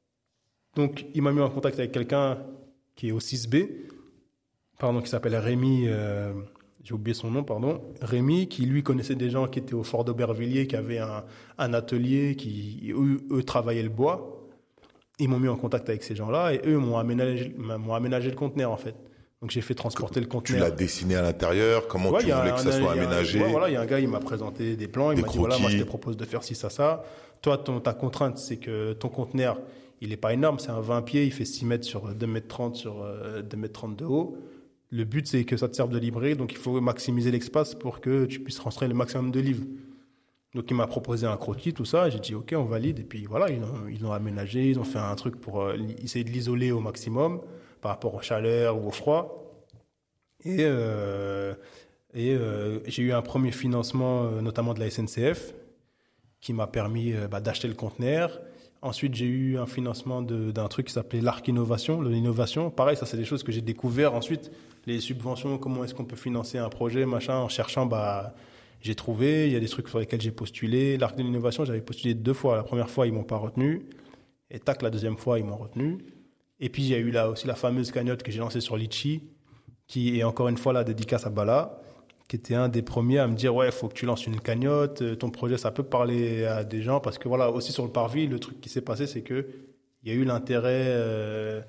Donc, il m'a mis en contact avec quelqu'un qui est au six B, pardon, qui s'appelle Rémi, euh, j'ai oublié son nom, pardon, Rémi, qui lui connaissait des gens qui étaient au Fort d'Aubervilliers, qui avaient un, un atelier, qui eux, eux travaillaient le bois. Ils m'ont mis en contact avec ces gens-là et eux m'ont aménagé, m'ont aménagé le conteneur en fait. Donc j'ai fait transporter le conteneur. Tu l'as dessiné à l'intérieur, comment ouais, tu voulais un, que ça soit aménagé? Un, ouais, voilà, il y a un gars, il m'a présenté des plans, il des m'a croquis. dit voilà, moi je te propose de faire ci, ça, ça. Toi, ton, ta contrainte, c'est que ton conteneur, il est pas énorme, c'est un vingt pieds, il fait six mètres sur deux mètres trente sur euh, deux mètres trente de haut. Le but, c'est que ça te serve de librairie, donc il faut maximiser l'espace pour que tu puisses transférer le maximum de livres. Donc, il m'a proposé un croquis, tout ça. J'ai dit, OK, on valide. Et puis, voilà, ils l'ont, ils l'ont aménagé. Ils ont fait un truc pour euh, essayer de l'isoler au maximum par rapport aux chaleurs ou au froid. Et, euh, et euh, j'ai eu un premier financement, euh, notamment de la S N C F, qui m'a permis euh, bah, d'acheter le conteneur. Ensuite, j'ai eu un financement de, d'un truc qui s'appelait l'Arc Innovation, l'innovation. Pareil, ça, c'est des choses que j'ai découvert. Ensuite, les subventions, comment est-ce qu'on peut financer un projet, machin, en cherchant, bah, j'ai trouvé, il y a des trucs sur lesquels j'ai postulé. L'Arc de l'innovation, j'avais postulé deux fois. La première fois, ils m'ont pas retenu. Et tac, la deuxième fois, ils m'ont retenu. Et puis, il y a eu là aussi la fameuse cagnotte que j'ai lancée sur Litchi, qui est encore une fois la dédicace à Bala, qui était un des premiers à me dire, ouais, il faut que tu lances une cagnotte. Ton projet, ça peut parler à des gens. Parce que voilà, aussi sur le parvis, le truc qui s'est passé, c'est que il y a eu l'intérêt, euh,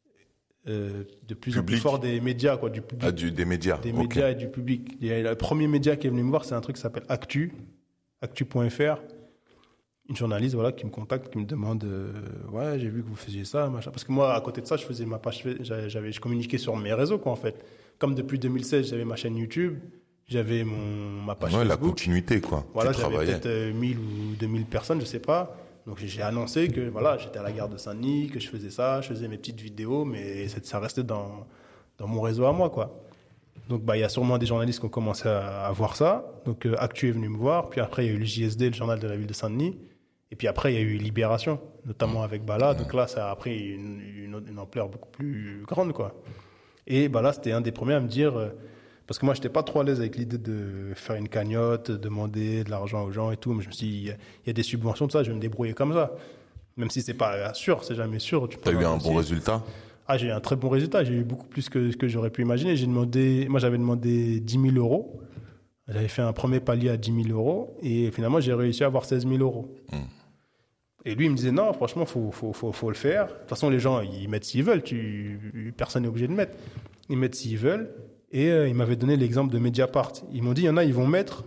Euh, de plus public. en plus fort des médias, quoi, du public. Ah, du, des médias. Des okay. médias et du public. Il y a le premier média qui est venu me voir, c'est un truc qui s'appelle Actu, actu point f r. Une journaliste, voilà, qui me contacte, qui me demande, euh, ouais, j'ai vu que vous faisiez ça, machin. Parce que moi, à côté de ça, je faisais ma page, j'avais, j'avais, je communiquais sur mes réseaux, quoi, en fait. Comme depuis deux mille seize, j'avais ma chaîne YouTube, j'avais mon, ma page ouais, Facebook. La continuité, quoi. Voilà, tu j'avais peut-être euh, mille ou deux mille personnes, je sais pas. Donc j'ai annoncé que voilà, j'étais à la gare de Saint-Denis, que je faisais ça, je faisais mes petites vidéos, mais ça restait dans, dans mon réseau à moi, quoi. Donc bah, il y a sûrement des journalistes qui ont commencé à, à voir ça. Donc euh, Actu est venu me voir, puis après il y a eu le J S D, le journal de la ville de Saint-Denis, et puis après il y a eu Libération, notamment avec Bala. Donc là ça a pris une, une, une ampleur beaucoup plus grande, quoi. Et bah, là c'était un des premiers à me dire... Euh, Parce que moi, je n'étais pas trop à l'aise avec l'idée de faire une cagnotte, demander de l'argent aux gens et tout. Mais je me suis dit, il y, y a des subventions, tout ça, je vais me débrouiller comme ça. Même si ce n'est pas sûr, c'est jamais sûr. Tu as eu un bon résultat? Ah, j'ai eu un très bon résultat. J'ai eu beaucoup plus que ce que j'aurais pu imaginer. J'ai demandé, moi, j'avais demandé dix mille euros. J'avais fait un premier palier à dix mille euros. Et finalement, j'ai réussi à avoir seize mille euros. Mmh. Et lui, il me disait, non, franchement, il faut, faut, faut, faut le faire. De toute façon, les gens, ils mettent s'ils veulent. Tu... Personne n'est obligé de mettre. Ils mettent s'ils veulent. Et euh, il m'avait donné l'exemple de Mediapart. Ils m'ont dit, il y en a, ils vont mettre,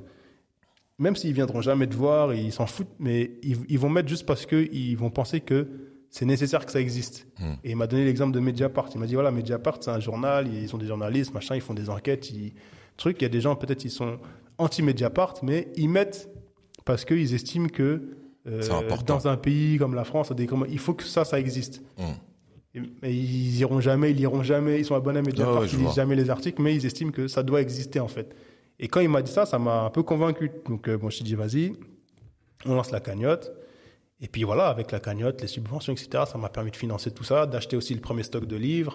même s'ils viendront jamais te voir, et ils s'en foutent, mais ils, ils vont mettre juste parce qu'ils vont penser que c'est nécessaire que ça existe. Mmh. Et il m'a donné l'exemple de Mediapart. Il m'a dit, voilà, Mediapart, c'est un journal, ils sont des journalistes, machin, ils font des enquêtes, ils... truc. Il y a des gens, peut-être, ils sont anti-Mediapart, mais ils mettent parce qu'ils estiment que euh, dans un pays comme la France, il faut que ça, ça existe. Mmh. Et ils iront jamais, ils liront jamais, ils sont abonnés à Mediapart, oh ouais, ils lisent jamais les articles, mais ils estiment que ça doit exister en fait. Et quand il m'a dit ça, ça m'a un peu convaincu. Donc euh, bon, je me suis dit vas-y, on lance la cagnotte. Et puis voilà, avec la cagnotte, les subventions, et cetera, ça m'a permis de financer tout ça, d'acheter aussi le premier stock de livres,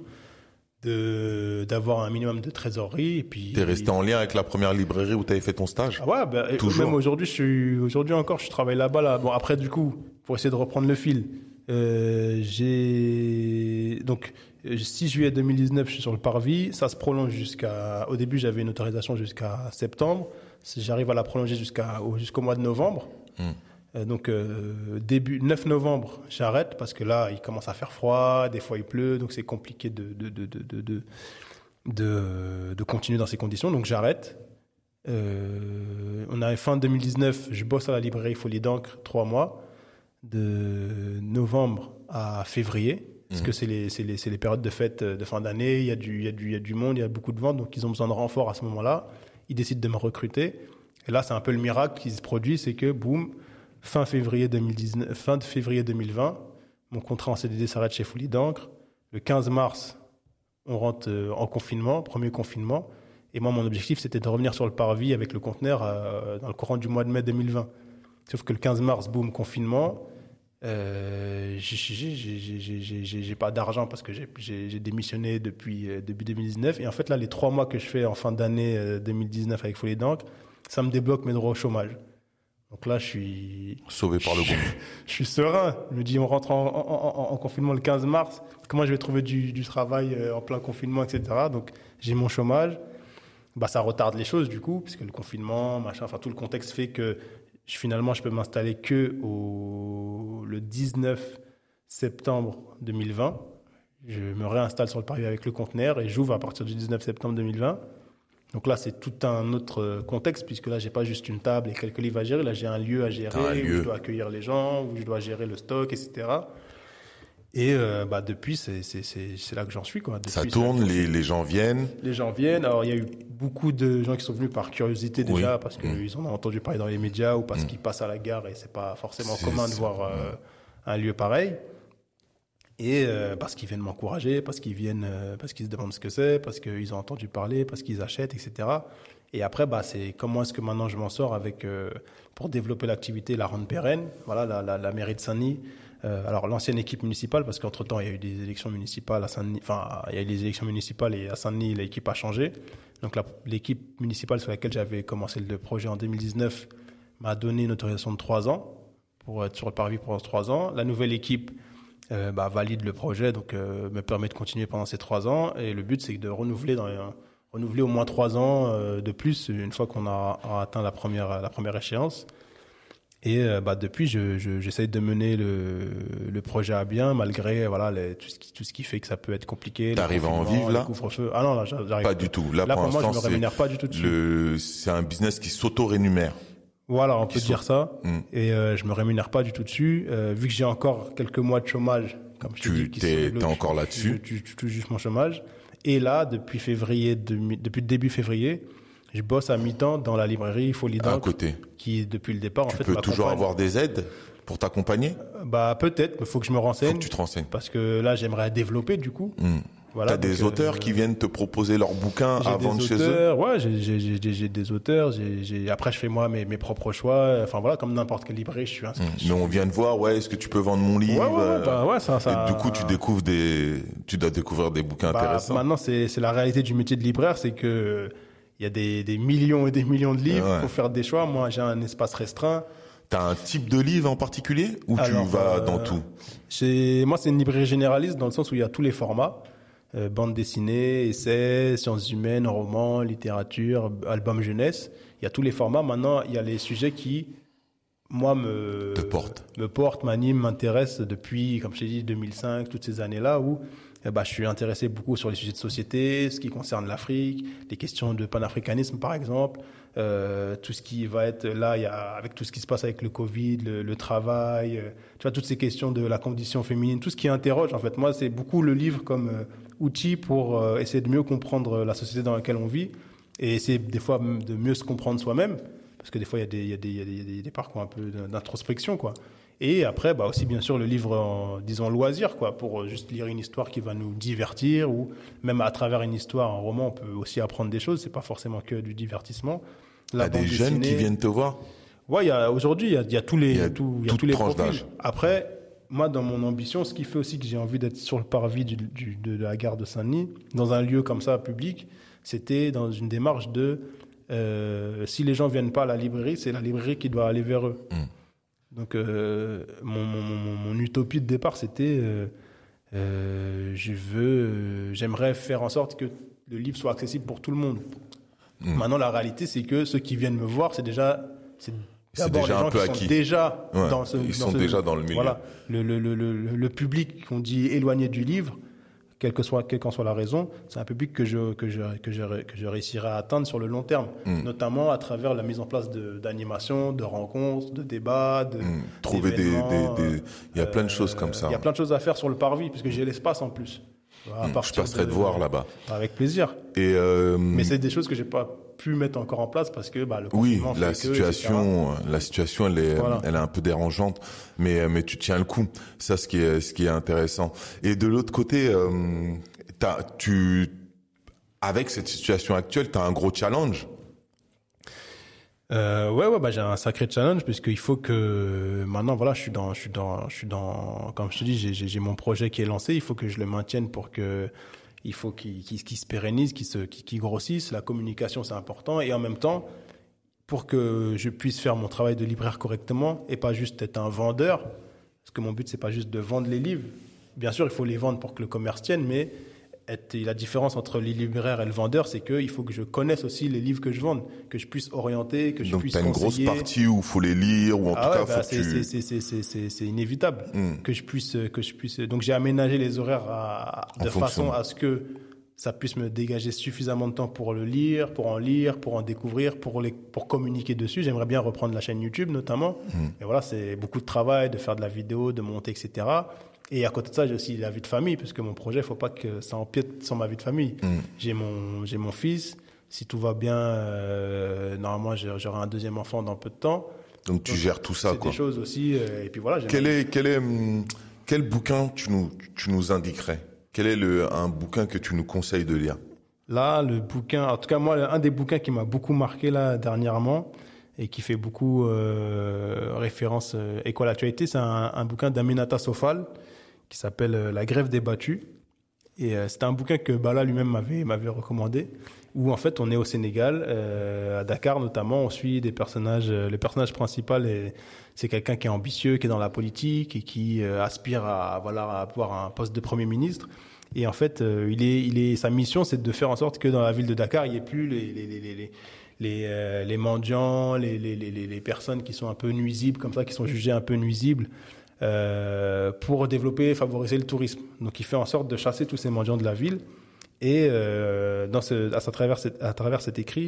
de d'avoir un minimum de trésorerie. Et puis. T'es resté en lien avec la première librairie où t'avais fait ton stage? Ah ouais, ben, toujours. Même aujourd'hui, je suis aujourd'hui encore, je travaille là-bas là. Bon après du coup, pour essayer de reprendre le fil. Euh, j'ai donc six juillet deux mille dix-neuf, je suis sur le parvis. Ça se prolonge jusqu'à. Au début, j'avais une autorisation jusqu'à septembre. J'arrive à la prolonger jusqu'à jusqu'au mois de novembre. Mmh. Euh, donc euh, début neuf novembre, j'arrête parce que là, il commence à faire froid. Des fois, il pleut, donc c'est compliqué de de de de de de, de, de continuer dans ces conditions. Donc j'arrête. Euh, on arrive fin deux mille dix-neuf. Je bosse à la librairie Folie d'encre trois mois. De novembre à février, parce mmh. que c'est les, c'est, les, c'est les périodes de fête de fin d'année, il y a du, il y a du, il y a du monde, il y a beaucoup de ventes, donc ils ont besoin de renfort à ce moment-là. Ils décident de me recruter. Et là, c'est un peu le miracle qui se produit, c'est que, boum, fin février deux mille dix-neuf, fin de février deux mille vingt, mon contrat en C D D s'arrête chez Folie d'encre. Le quinze mars, on rentre en confinement, premier confinement. Et moi, mon objectif, c'était de revenir sur le parvis avec le conteneur euh, dans le courant du mois de mai deux mille vingt. Sauf que le quinze mars, boum, confinement. Euh, j'ai, j'ai, j'ai, j'ai, j'ai, j'ai, j'ai pas d'argent parce que j'ai, j'ai, j'ai démissionné depuis euh, début deux mille dix-neuf. Et en fait, là, les trois mois que je fais en fin d'année euh, deux mille dix-neuf avec Folie d'encre, ça me débloque mes droits au chômage. Donc là, je suis... Sauvé par le groupe. Je suis serein. Je me dis, on rentre en, en, en, en confinement le quinze mars. Comment je vais trouver du, du travail euh, en plein confinement, et cetera. Donc, j'ai mon chômage. Bah, ça retarde les choses, du coup, puisque le confinement, machin, enfin, tout le contexte fait que je, finalement, je peux m'installer que au, le dix-neuf septembre deux mille vingt. Je me réinstalle sur le parvis avec le conteneur et j'ouvre à partir du dix-neuf septembre deux mille vingt. Donc là, c'est tout un autre contexte, puisque là, j'ai pas juste une table et quelques livres à gérer. Là, j'ai un lieu à gérer, un où lieu. je dois accueillir les gens, où je dois gérer le stock, et cetera. Et euh, bah, depuis, c'est, c'est, c'est, c'est là que j'en suis, quoi. Depuis, Ça tourne, les, les gens viennent. Les gens viennent. Alors, il y a eu beaucoup de gens qui sont venus par curiosité déjà, Oui. parce qu'ils Mmh. en ont entendu parler dans les médias ou parce Mmh. qu'ils passent à la gare et c'est pas forcément C'est- commun de c'est- voir euh, un lieu pareil. Et euh, parce qu'ils viennent m'encourager, parce qu'ils viennent, euh, parce qu'ils se demandent ce que c'est, parce qu'ils ont entendu parler, parce qu'ils achètent, et cetera. Et après, bah, c'est comment est-ce que maintenant je m'en sors avec euh, pour développer l'activité, la rendre pérenne. Voilà, la, la, la mairie de Saint-Denis. Euh, alors l'ancienne équipe municipale, parce qu'entre temps il y a eu des élections municipales à Saint-Denis. Enfin, il y a eu des élections municipales et à Saint-Denis l'équipe a changé. Donc la, l'équipe municipale sur laquelle j'avais commencé le projet en deux mille dix-neuf m'a donné une autorisation de trois ans pour être sur le parvis pendant trois ans. La nouvelle équipe Euh, bah, valide le projet, donc euh, me permet de continuer pendant ces trois ans. Et le but, c'est de renouveler, dans les, renouveler au moins trois ans euh, de plus une fois qu'on a, a atteint la première, la première échéance. Et euh, bah, depuis, je, je, j'essaye de mener le, le projet à bien, malgré voilà, les, tout, ce qui, tout ce qui fait que ça peut être compliqué. T'arrives à en vivre, là ? Ah non, là, j'arrive Pas du tout. Là, Là, pour, pour moi, je l'instant, me rémunère pas du tout dessus. le, c'est un business qui s'auto-rémunère. Voilà, on peut sont- dire ça. Mm. Et euh, je me rémunère pas du tout dessus. Euh, vu que j'ai encore quelques mois de chômage, comme je te Tu- dis, qui t'es- sont- t'es encore je- là-dessus. Je, je, je touche juste mon chômage. Et là, depuis février, demi- depuis le début février, je bosse à mi-temps dans la librairie Folie À d'encre, côté. qui depuis le départ, en Tu fait, peux toujours m'accompagne. avoir des aides pour t'accompagner. Bah peut-être, mais faut que je me Faut renseigne. que tu te renseignes. Parce que là, j'aimerais développer du coup. Hmm. Voilà, T'as des donc, auteurs euh, qui viennent te proposer leurs bouquins J'ai à des vendre chez eux. auteurs, ouais, j'ai, j'ai, j'ai, j'ai- j'ai des auteurs. J'ai, j'ai... Après, je fais moi mes, mes propres choix. Enfin voilà, comme n'importe quelle librairie, je suis inscrit. Hmm. Mais on vient de voir, ouais, est-ce que tu peux vendre mon livre Ouais, ouais, ouais, euh, bah ouais, ça, ça. Et du coup, tu découvres des, tu dois découvrir des bouquins Bah, intéressants. maintenant, c'est, c'est la réalité du métier de libraire, c'est que il y a des, des millions et des millions de livres. Il Ouais. faut faire des choix. Moi, j'ai un espace restreint. T'as un type de livre en particulier ou Alors, tu vas euh, dans tout? Chez moi, c'est une librairie généraliste dans le sens où il y a tous les formats. Euh, bande dessinée, essais, sciences humaines, romans, littérature, album jeunesse. Il y a tous les formats. Maintenant, il y a les sujets qui, moi, me Te portent. me portent, m'animent, m'intéressent depuis, comme je t'ai dit, deux mille cinq, toutes ces années-là où eh ben, je suis intéressé beaucoup sur les sujets de société, ce qui concerne l'Afrique, les questions de panafricanisme, par exemple. Euh, tout ce qui va être là, il y a, avec tout ce qui se passe avec le Covid, le, le travail, euh, tu vois, toutes ces questions de la condition féminine, tout ce qui interroge, en fait. Moi, c'est beaucoup le livre comme euh, outil pour euh, essayer de mieux comprendre la société dans laquelle on vit et essayer des fois de mieux se comprendre soi-même, parce que des fois, il y a des, il y a des, il y a des, il y a des, des parcours un peu d'introspection, quoi. Et après, bah aussi, bien sûr, le livre, en, disons, loisir, quoi, pour juste lire une histoire qui va nous divertir, ou même à travers une histoire, un roman, on peut aussi apprendre des choses, c'est pas forcément que du divertissement. T'as des jeunes qui viennent te voir? Ouais, il y a, aujourd'hui, il y a, il y a tous les, Il y a tout, il y a toute tous les tranche profils. d'âge. Après, moi, dans mon ambition, ce qui fait aussi que j'ai envie d'être sur le parvis du, du, de la gare de Saint-Denis, dans un lieu comme ça, public, c'était dans une démarche de, euh, si les gens viennent pas à la librairie, c'est la librairie qui doit aller vers eux. Mm. Donc, euh, mon, mon, mon, mon utopie de départ, c'était, euh, euh, je veux, euh, j'aimerais faire en sorte que le livre soit accessible pour tout le monde. Mm. Maintenant, la réalité, c'est que ceux qui viennent me voir, c'est déjà, c'est C'est d'abord déjà les gens un peu qui acquis. sont déjà Ouais, dans ce, ils dans sont ce- déjà dans le milieu. Voilà, le, le, le, le, le public qu'on dit éloigné du livre, quelle que soit, quelle qu'en soit la raison, c'est un public que je, que je, que je, que je réussirai à atteindre sur le long terme, Mm. notamment à travers la mise en place de, d'animations, de rencontres, de débats, de, Mm. Trouver des, d'événements, des, des- il y a plein de choses euh, comme ça. Il y a plein de choses à faire sur le parvis, puisque j'ai l'espace en plus. À Mm. Je partir passerai de- te voir là-bas. Avec plaisir. Et euh, Mais c'est des choses que j'ai pas pu mettre encore en place parce que bah, le oui, confinement la fait que, situation, la situation, elle est, Voilà. elle est un peu dérangeante, mais mais tu tiens le coup. Ça, ce qui est, ce qui est intéressant. Et de l'autre côté, euh, t'as, tu, avec cette situation actuelle, t'as un gros challenge. Euh, ouais, ouais, bah, j'ai un sacré challenge puisqu'il faut que maintenant, voilà, je suis dans, je suis dans, je suis dans, comme je te dis, j'ai, j'ai, j'ai mon projet qui est lancé. Il faut que je le maintienne pour que, il faut qu'il, qu'il, qu'il se pérennise, qu'il se, qu'il, qu'il grossisse. La communication, c'est important. Et en même temps, pour que je puisse faire mon travail de libraire correctement et pas juste être un vendeur, parce que mon but, c'est pas juste de vendre les livres. Bien sûr, il faut les vendre pour que le commerce tienne, mais être, la différence entre le libraire et le vendeur, c'est qu'il faut que je connaisse aussi les livres que je vende, que je puisse orienter, que je Donc, puisse conseiller. Donc, tu as une grosse partie où il faut les lire, ou en ah tout ouais, cas, bah faut c'est, que tu... c'est, c'est, c'est, c'est, c'est inévitable mm. que je puisse, que je puisse. Donc, j'ai aménagé les horaires à, de en façon à ce que ça puisse me dégager suffisamment de temps pour le lire, pour en lire, pour en découvrir, pour, les, pour communiquer dessus. J'aimerais bien reprendre la chaîne YouTube, notamment. Mm. Et voilà, c'est beaucoup de travail, de faire de la vidéo, de monter, et cetera. Et à côté de ça, j'ai aussi la vie de famille, parce que mon projet, il ne faut pas que ça empiète sur ma vie de famille. Mm. J'ai mon, j'ai mon fils. Si tout va bien, euh, normalement, j'aurai un deuxième enfant dans peu de temps. Donc, tu Donc, gères tout ça, c'est quoi. C'est des choses aussi. Euh, et puis voilà. Quel est, quel est, quel bouquin tu nous, tu nous indiquerais? Quel est le, un bouquin que tu nous conseilles de lire? Là, le bouquin, en tout cas, moi, un des bouquins qui m'a beaucoup marqué, là, dernièrement, et qui fait beaucoup euh, référence euh, et quoi l'actualité, c'est un, un bouquin d'Aminata Sofal qui s'appelle euh, La grève des battus. Et euh, c'était un bouquin que Bala lui-même m'avait, m'avait recommandé, où en fait on est au Sénégal, euh, à Dakar notamment, on suit des personnages, euh, le personnage principal, est, c'est quelqu'un qui est ambitieux, qui est dans la politique et qui euh, aspire à, voilà, à avoir un poste de Premier ministre. Et en fait, euh, il est, il est, sa mission, c'est de faire en sorte que dans la ville de Dakar, il n'y ait plus les, les, les, les, les Les, euh, les mendiants, les, les, les, les personnes qui sont un peu nuisibles, comme ça, qui sont jugées un peu nuisibles, euh, pour développer, favoriser le tourisme. Donc, il fait en sorte de chasser tous ces mendiants de la ville. Et euh, dans ce, à, travers cet, à travers cet écrit,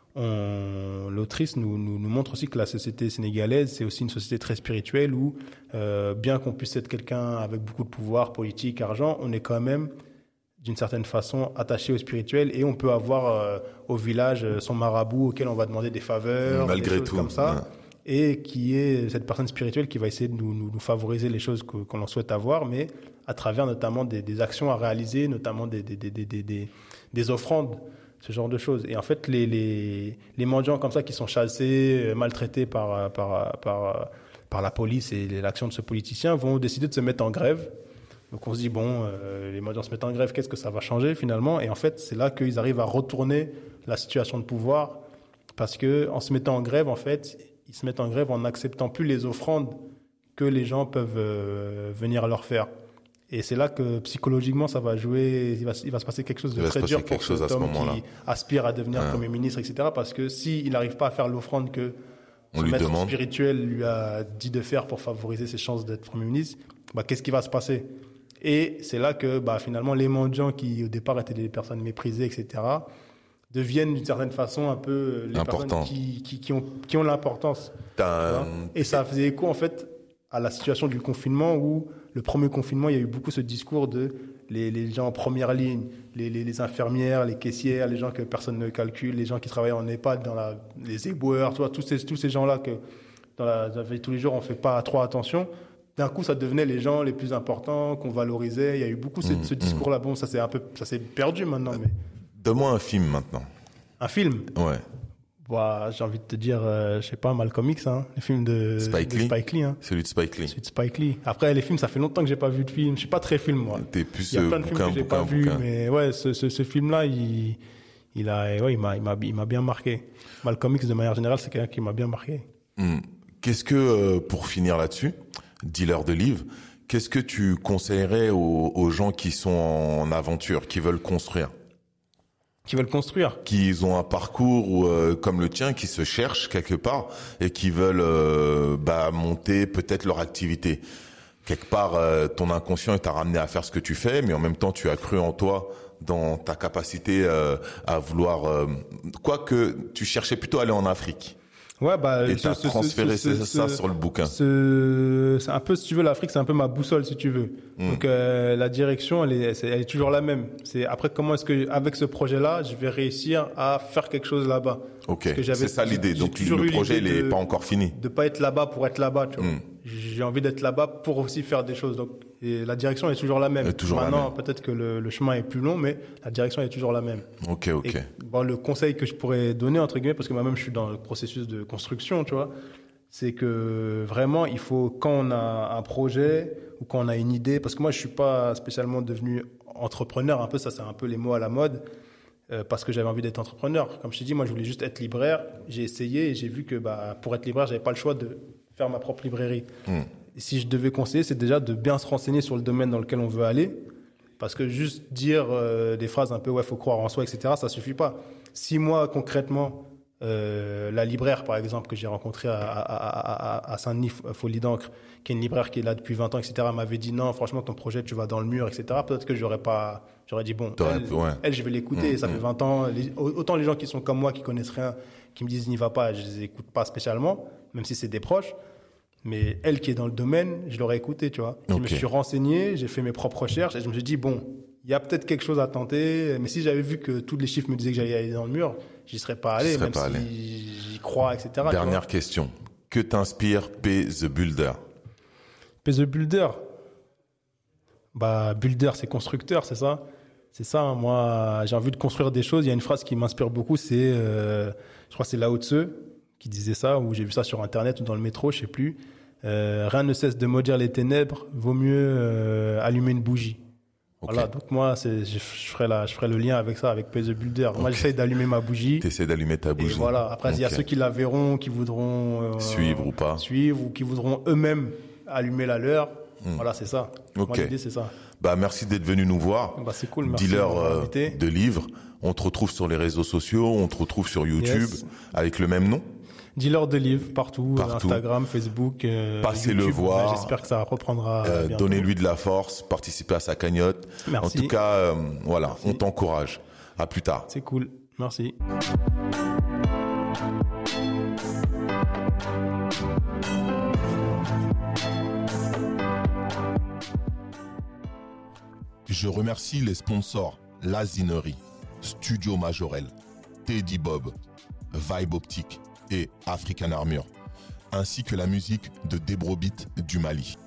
on, l'autrice nous, nous, nous montre aussi que la société sénégalaise, c'est aussi une société très spirituelle où, euh, bien qu'on puisse être quelqu'un avec beaucoup de pouvoir, politique, argent, on est quand même d'une certaine façon attaché au spirituel et on peut avoir euh, au village euh, son marabout auquel on va demander des faveurs, malgré des choses tout, comme ça, ouais. Et qui est cette personne spirituelle qui va essayer de nous, nous, nous favoriser les choses que, qu'on souhaite avoir, mais à travers notamment des, des actions à réaliser, notamment des, des, des, des, des, des, des offrandes, ce genre de choses. Et en fait, les, les, les mendiants comme ça qui sont chassés, maltraités par, par, par, par la police et l'action de ce politicien vont décider de se mettre en grève. Donc on se dit, bon, euh, les mendiants se mettent en grève, qu'est-ce que ça va changer finalement? Et en fait, c'est là qu'ils arrivent à retourner la situation de pouvoir, parce qu'en se mettant en grève, en fait, ils se mettent en grève en n'acceptant plus les offrandes que les gens peuvent euh, venir leur faire. Et c'est là que psychologiquement, ça va jouer, il va, il va se passer quelque chose de il très dur pour cet homme qui aspire à devenir ouais. Premier ministre, et cetera. Parce que s'il n'arrive pas à faire l'offrande que on son lui maître demande. spirituel lui a dit de faire pour favoriser ses chances d'être Premier ministre, bah, qu'est-ce qui va se passer? Et c'est là que bah, finalement, les mendiants qui, au départ, étaient des personnes méprisées, et cetera, deviennent d'une certaine façon un peu les Important. personnes qui, qui, qui, ont, qui ont l'importance. Un... Et ça faisait écho, en fait, à la situation du confinement où, le premier confinement, il y a eu beaucoup ce discours de les, les gens en première ligne, les, les, les infirmières, les caissières, les gens que personne ne calcule, les gens qui travaillent en EHPAD, dans la, les éboueurs, tu vois, tous ces, tous ces gens-là que dans la, dans la vie de tous les jours, on ne fait pas trop attention. D'un coup, ça devenait les gens les plus importants, qu'on valorisait. Il y a eu beaucoup ce, mmh, ce discours-là. Bon, ça s'est un peu, ça s'est perdu maintenant. Mais... Donne-moi un film maintenant. Un film? Ouais. Bah, j'ai envie de te dire, euh, je sais pas, Malcolm X, hein, le film de Spike de Lee. Spike Lee hein. Celui de Spike Lee. Celui de Spike Lee. Après, les films, ça fait longtemps que j'ai pas vu de film. Je suis pas très film, moi. T'es plus il y a plein de bouquin, films que j'ai bouquin, pas vu, bouquin. mais ouais, ce, ce, ce film-là, il, il a, ouais, il m'a, il m'a, il m'a bien marqué. Malcolm X, de manière générale, c'est quelqu'un qui m'a bien marqué. Hum. Qu'est-ce que, euh, pour finir là-dessus, dealer de livres, qu'est-ce que tu conseillerais aux, aux gens qui sont en aventure, qui veulent construire? Qui veulent construire. Qui ont un parcours euh, comme le tien, qui se cherchent quelque part et qui veulent euh, bah, monter peut-être leur activité. Quelque part, euh, ton inconscient t'a ramené à faire ce que tu fais, mais en même temps, tu as cru en toi, dans ta capacité euh, à vouloir... Euh, quoique, tu cherchais plutôt à aller en Afrique. Ouais, bah, et tu as transféré ce, ce, ça ce, sur le bouquin. Ce, c'est un peu, si tu veux, l'Afrique, c'est un peu ma boussole, si tu veux. Mmh. Donc, euh, la direction, elle est, c'est, elle est toujours la même. C'est après, comment est-ce que, avec ce projet-là, je vais réussir à faire quelque chose là-bas. Ok. Parce que j'avais, c'est ça l'idée. Donc, le projet, il est pas encore fini. De pas être là-bas pour être là-bas, tu vois. Mmh. J'ai envie d'être là-bas pour aussi faire des choses. Donc, Et la direction est toujours la même. Est toujours Maintenant, la même. peut-être que le, le chemin est plus long, mais la direction est toujours la même. Ok, ok. Et, bon, le conseil que je pourrais donner, entre guillemets, parce que moi-même, je suis dans le processus de construction, tu vois, c'est que vraiment, il faut, quand on a un projet ou quand on a une idée, parce que moi, je suis pas spécialement devenu entrepreneur, un peu, ça, c'est un peu les mots à la mode, euh, parce que j'avais envie d'être entrepreneur. Comme je t'ai dit, moi, je voulais juste être libraire. J'ai essayé et j'ai vu que bah, pour être libraire, j'avais pas le choix de faire ma propre librairie. Mm. Et si je devais conseiller, c'est déjà de bien se renseigner sur le domaine dans lequel on veut aller. Parce que juste dire euh, des phrases un peu, ouais, faut croire en soi, et cetera, ça suffit pas. Si moi, concrètement, euh, la libraire, par exemple, que j'ai rencontrée à, à, à, à, à Saint-Denis, Folie d'encre, qui est une libraire qui est là depuis vingt ans, et cetera, m'avait dit non, franchement, ton projet, tu vas dans le mur, et cetera. Peut-être que j'aurais pas, j'aurais dit bon, elle, ouais. elle, je vais l'écouter, mmh, ça mmh. fait vingt ans. Les, autant les gens qui sont comme moi, qui connaissent rien, qui me disent n'y va pas, je les écoute pas spécialement, même si c'est des proches. Mais elle qui est dans le domaine, je l'aurais écouté, tu vois. Okay. Je me suis renseigné, j'ai fait mes propres recherches et je me suis dit, bon, il y a peut-être quelque chose à tenter. Mais si j'avais vu que tous les chiffres me disaient que j'allais aller dans le mur, j'y serais pas allé, même pas si allé. J'y crois, et cetera. Dernière question. Que t'inspire P The Builder? P The Builder? Bah, Builder, c'est constructeur, c'est ça? C'est ça, hein. Moi, j'ai envie de construire des choses. Il y a une phrase qui m'inspire beaucoup, c'est, euh, je crois que c'est Lao Tzu qui disait ça, ou j'ai vu ça sur Internet ou dans le métro, je sais plus. Euh, rien ne cesse de maudire les ténèbres, vaut mieux euh, allumer une bougie. Okay. Voilà, donc moi, c'est, je, je, ferai la, je ferai le lien avec ça, avec P The Builder. Okay. Moi, j'essaie d'allumer ma bougie. T'essaies d'allumer ta bougie. Et voilà, après, il okay. y a ceux qui la verront, qui voudront... Euh, suivre ou pas. Suivre, ou qui voudront eux-mêmes allumer la leur. Hmm. Voilà, c'est ça. Okay. Moi, l'idée, c'est ça. Bah, merci d'être venu nous voir. Bah, c'est cool, merci. Dealer euh, de livres. On te retrouve sur les réseaux sociaux, on te retrouve sur YouTube, yes. avec le même nom. Dealer de livres partout, partout. Instagram, Facebook, euh, passez YouTube, le voir. Ouais, j'espère que ça reprendra. Euh, donnez-lui de la force, participez à sa cagnotte. Merci. En tout cas, euh, voilà, Merci. On t'encourage. À plus tard. C'est cool. Merci. Je remercie les sponsors Lazinerie, Studio Majorel, Teddy Bob, Vibe Optique et African Armure, ainsi que la musique de Debrobit du Mali.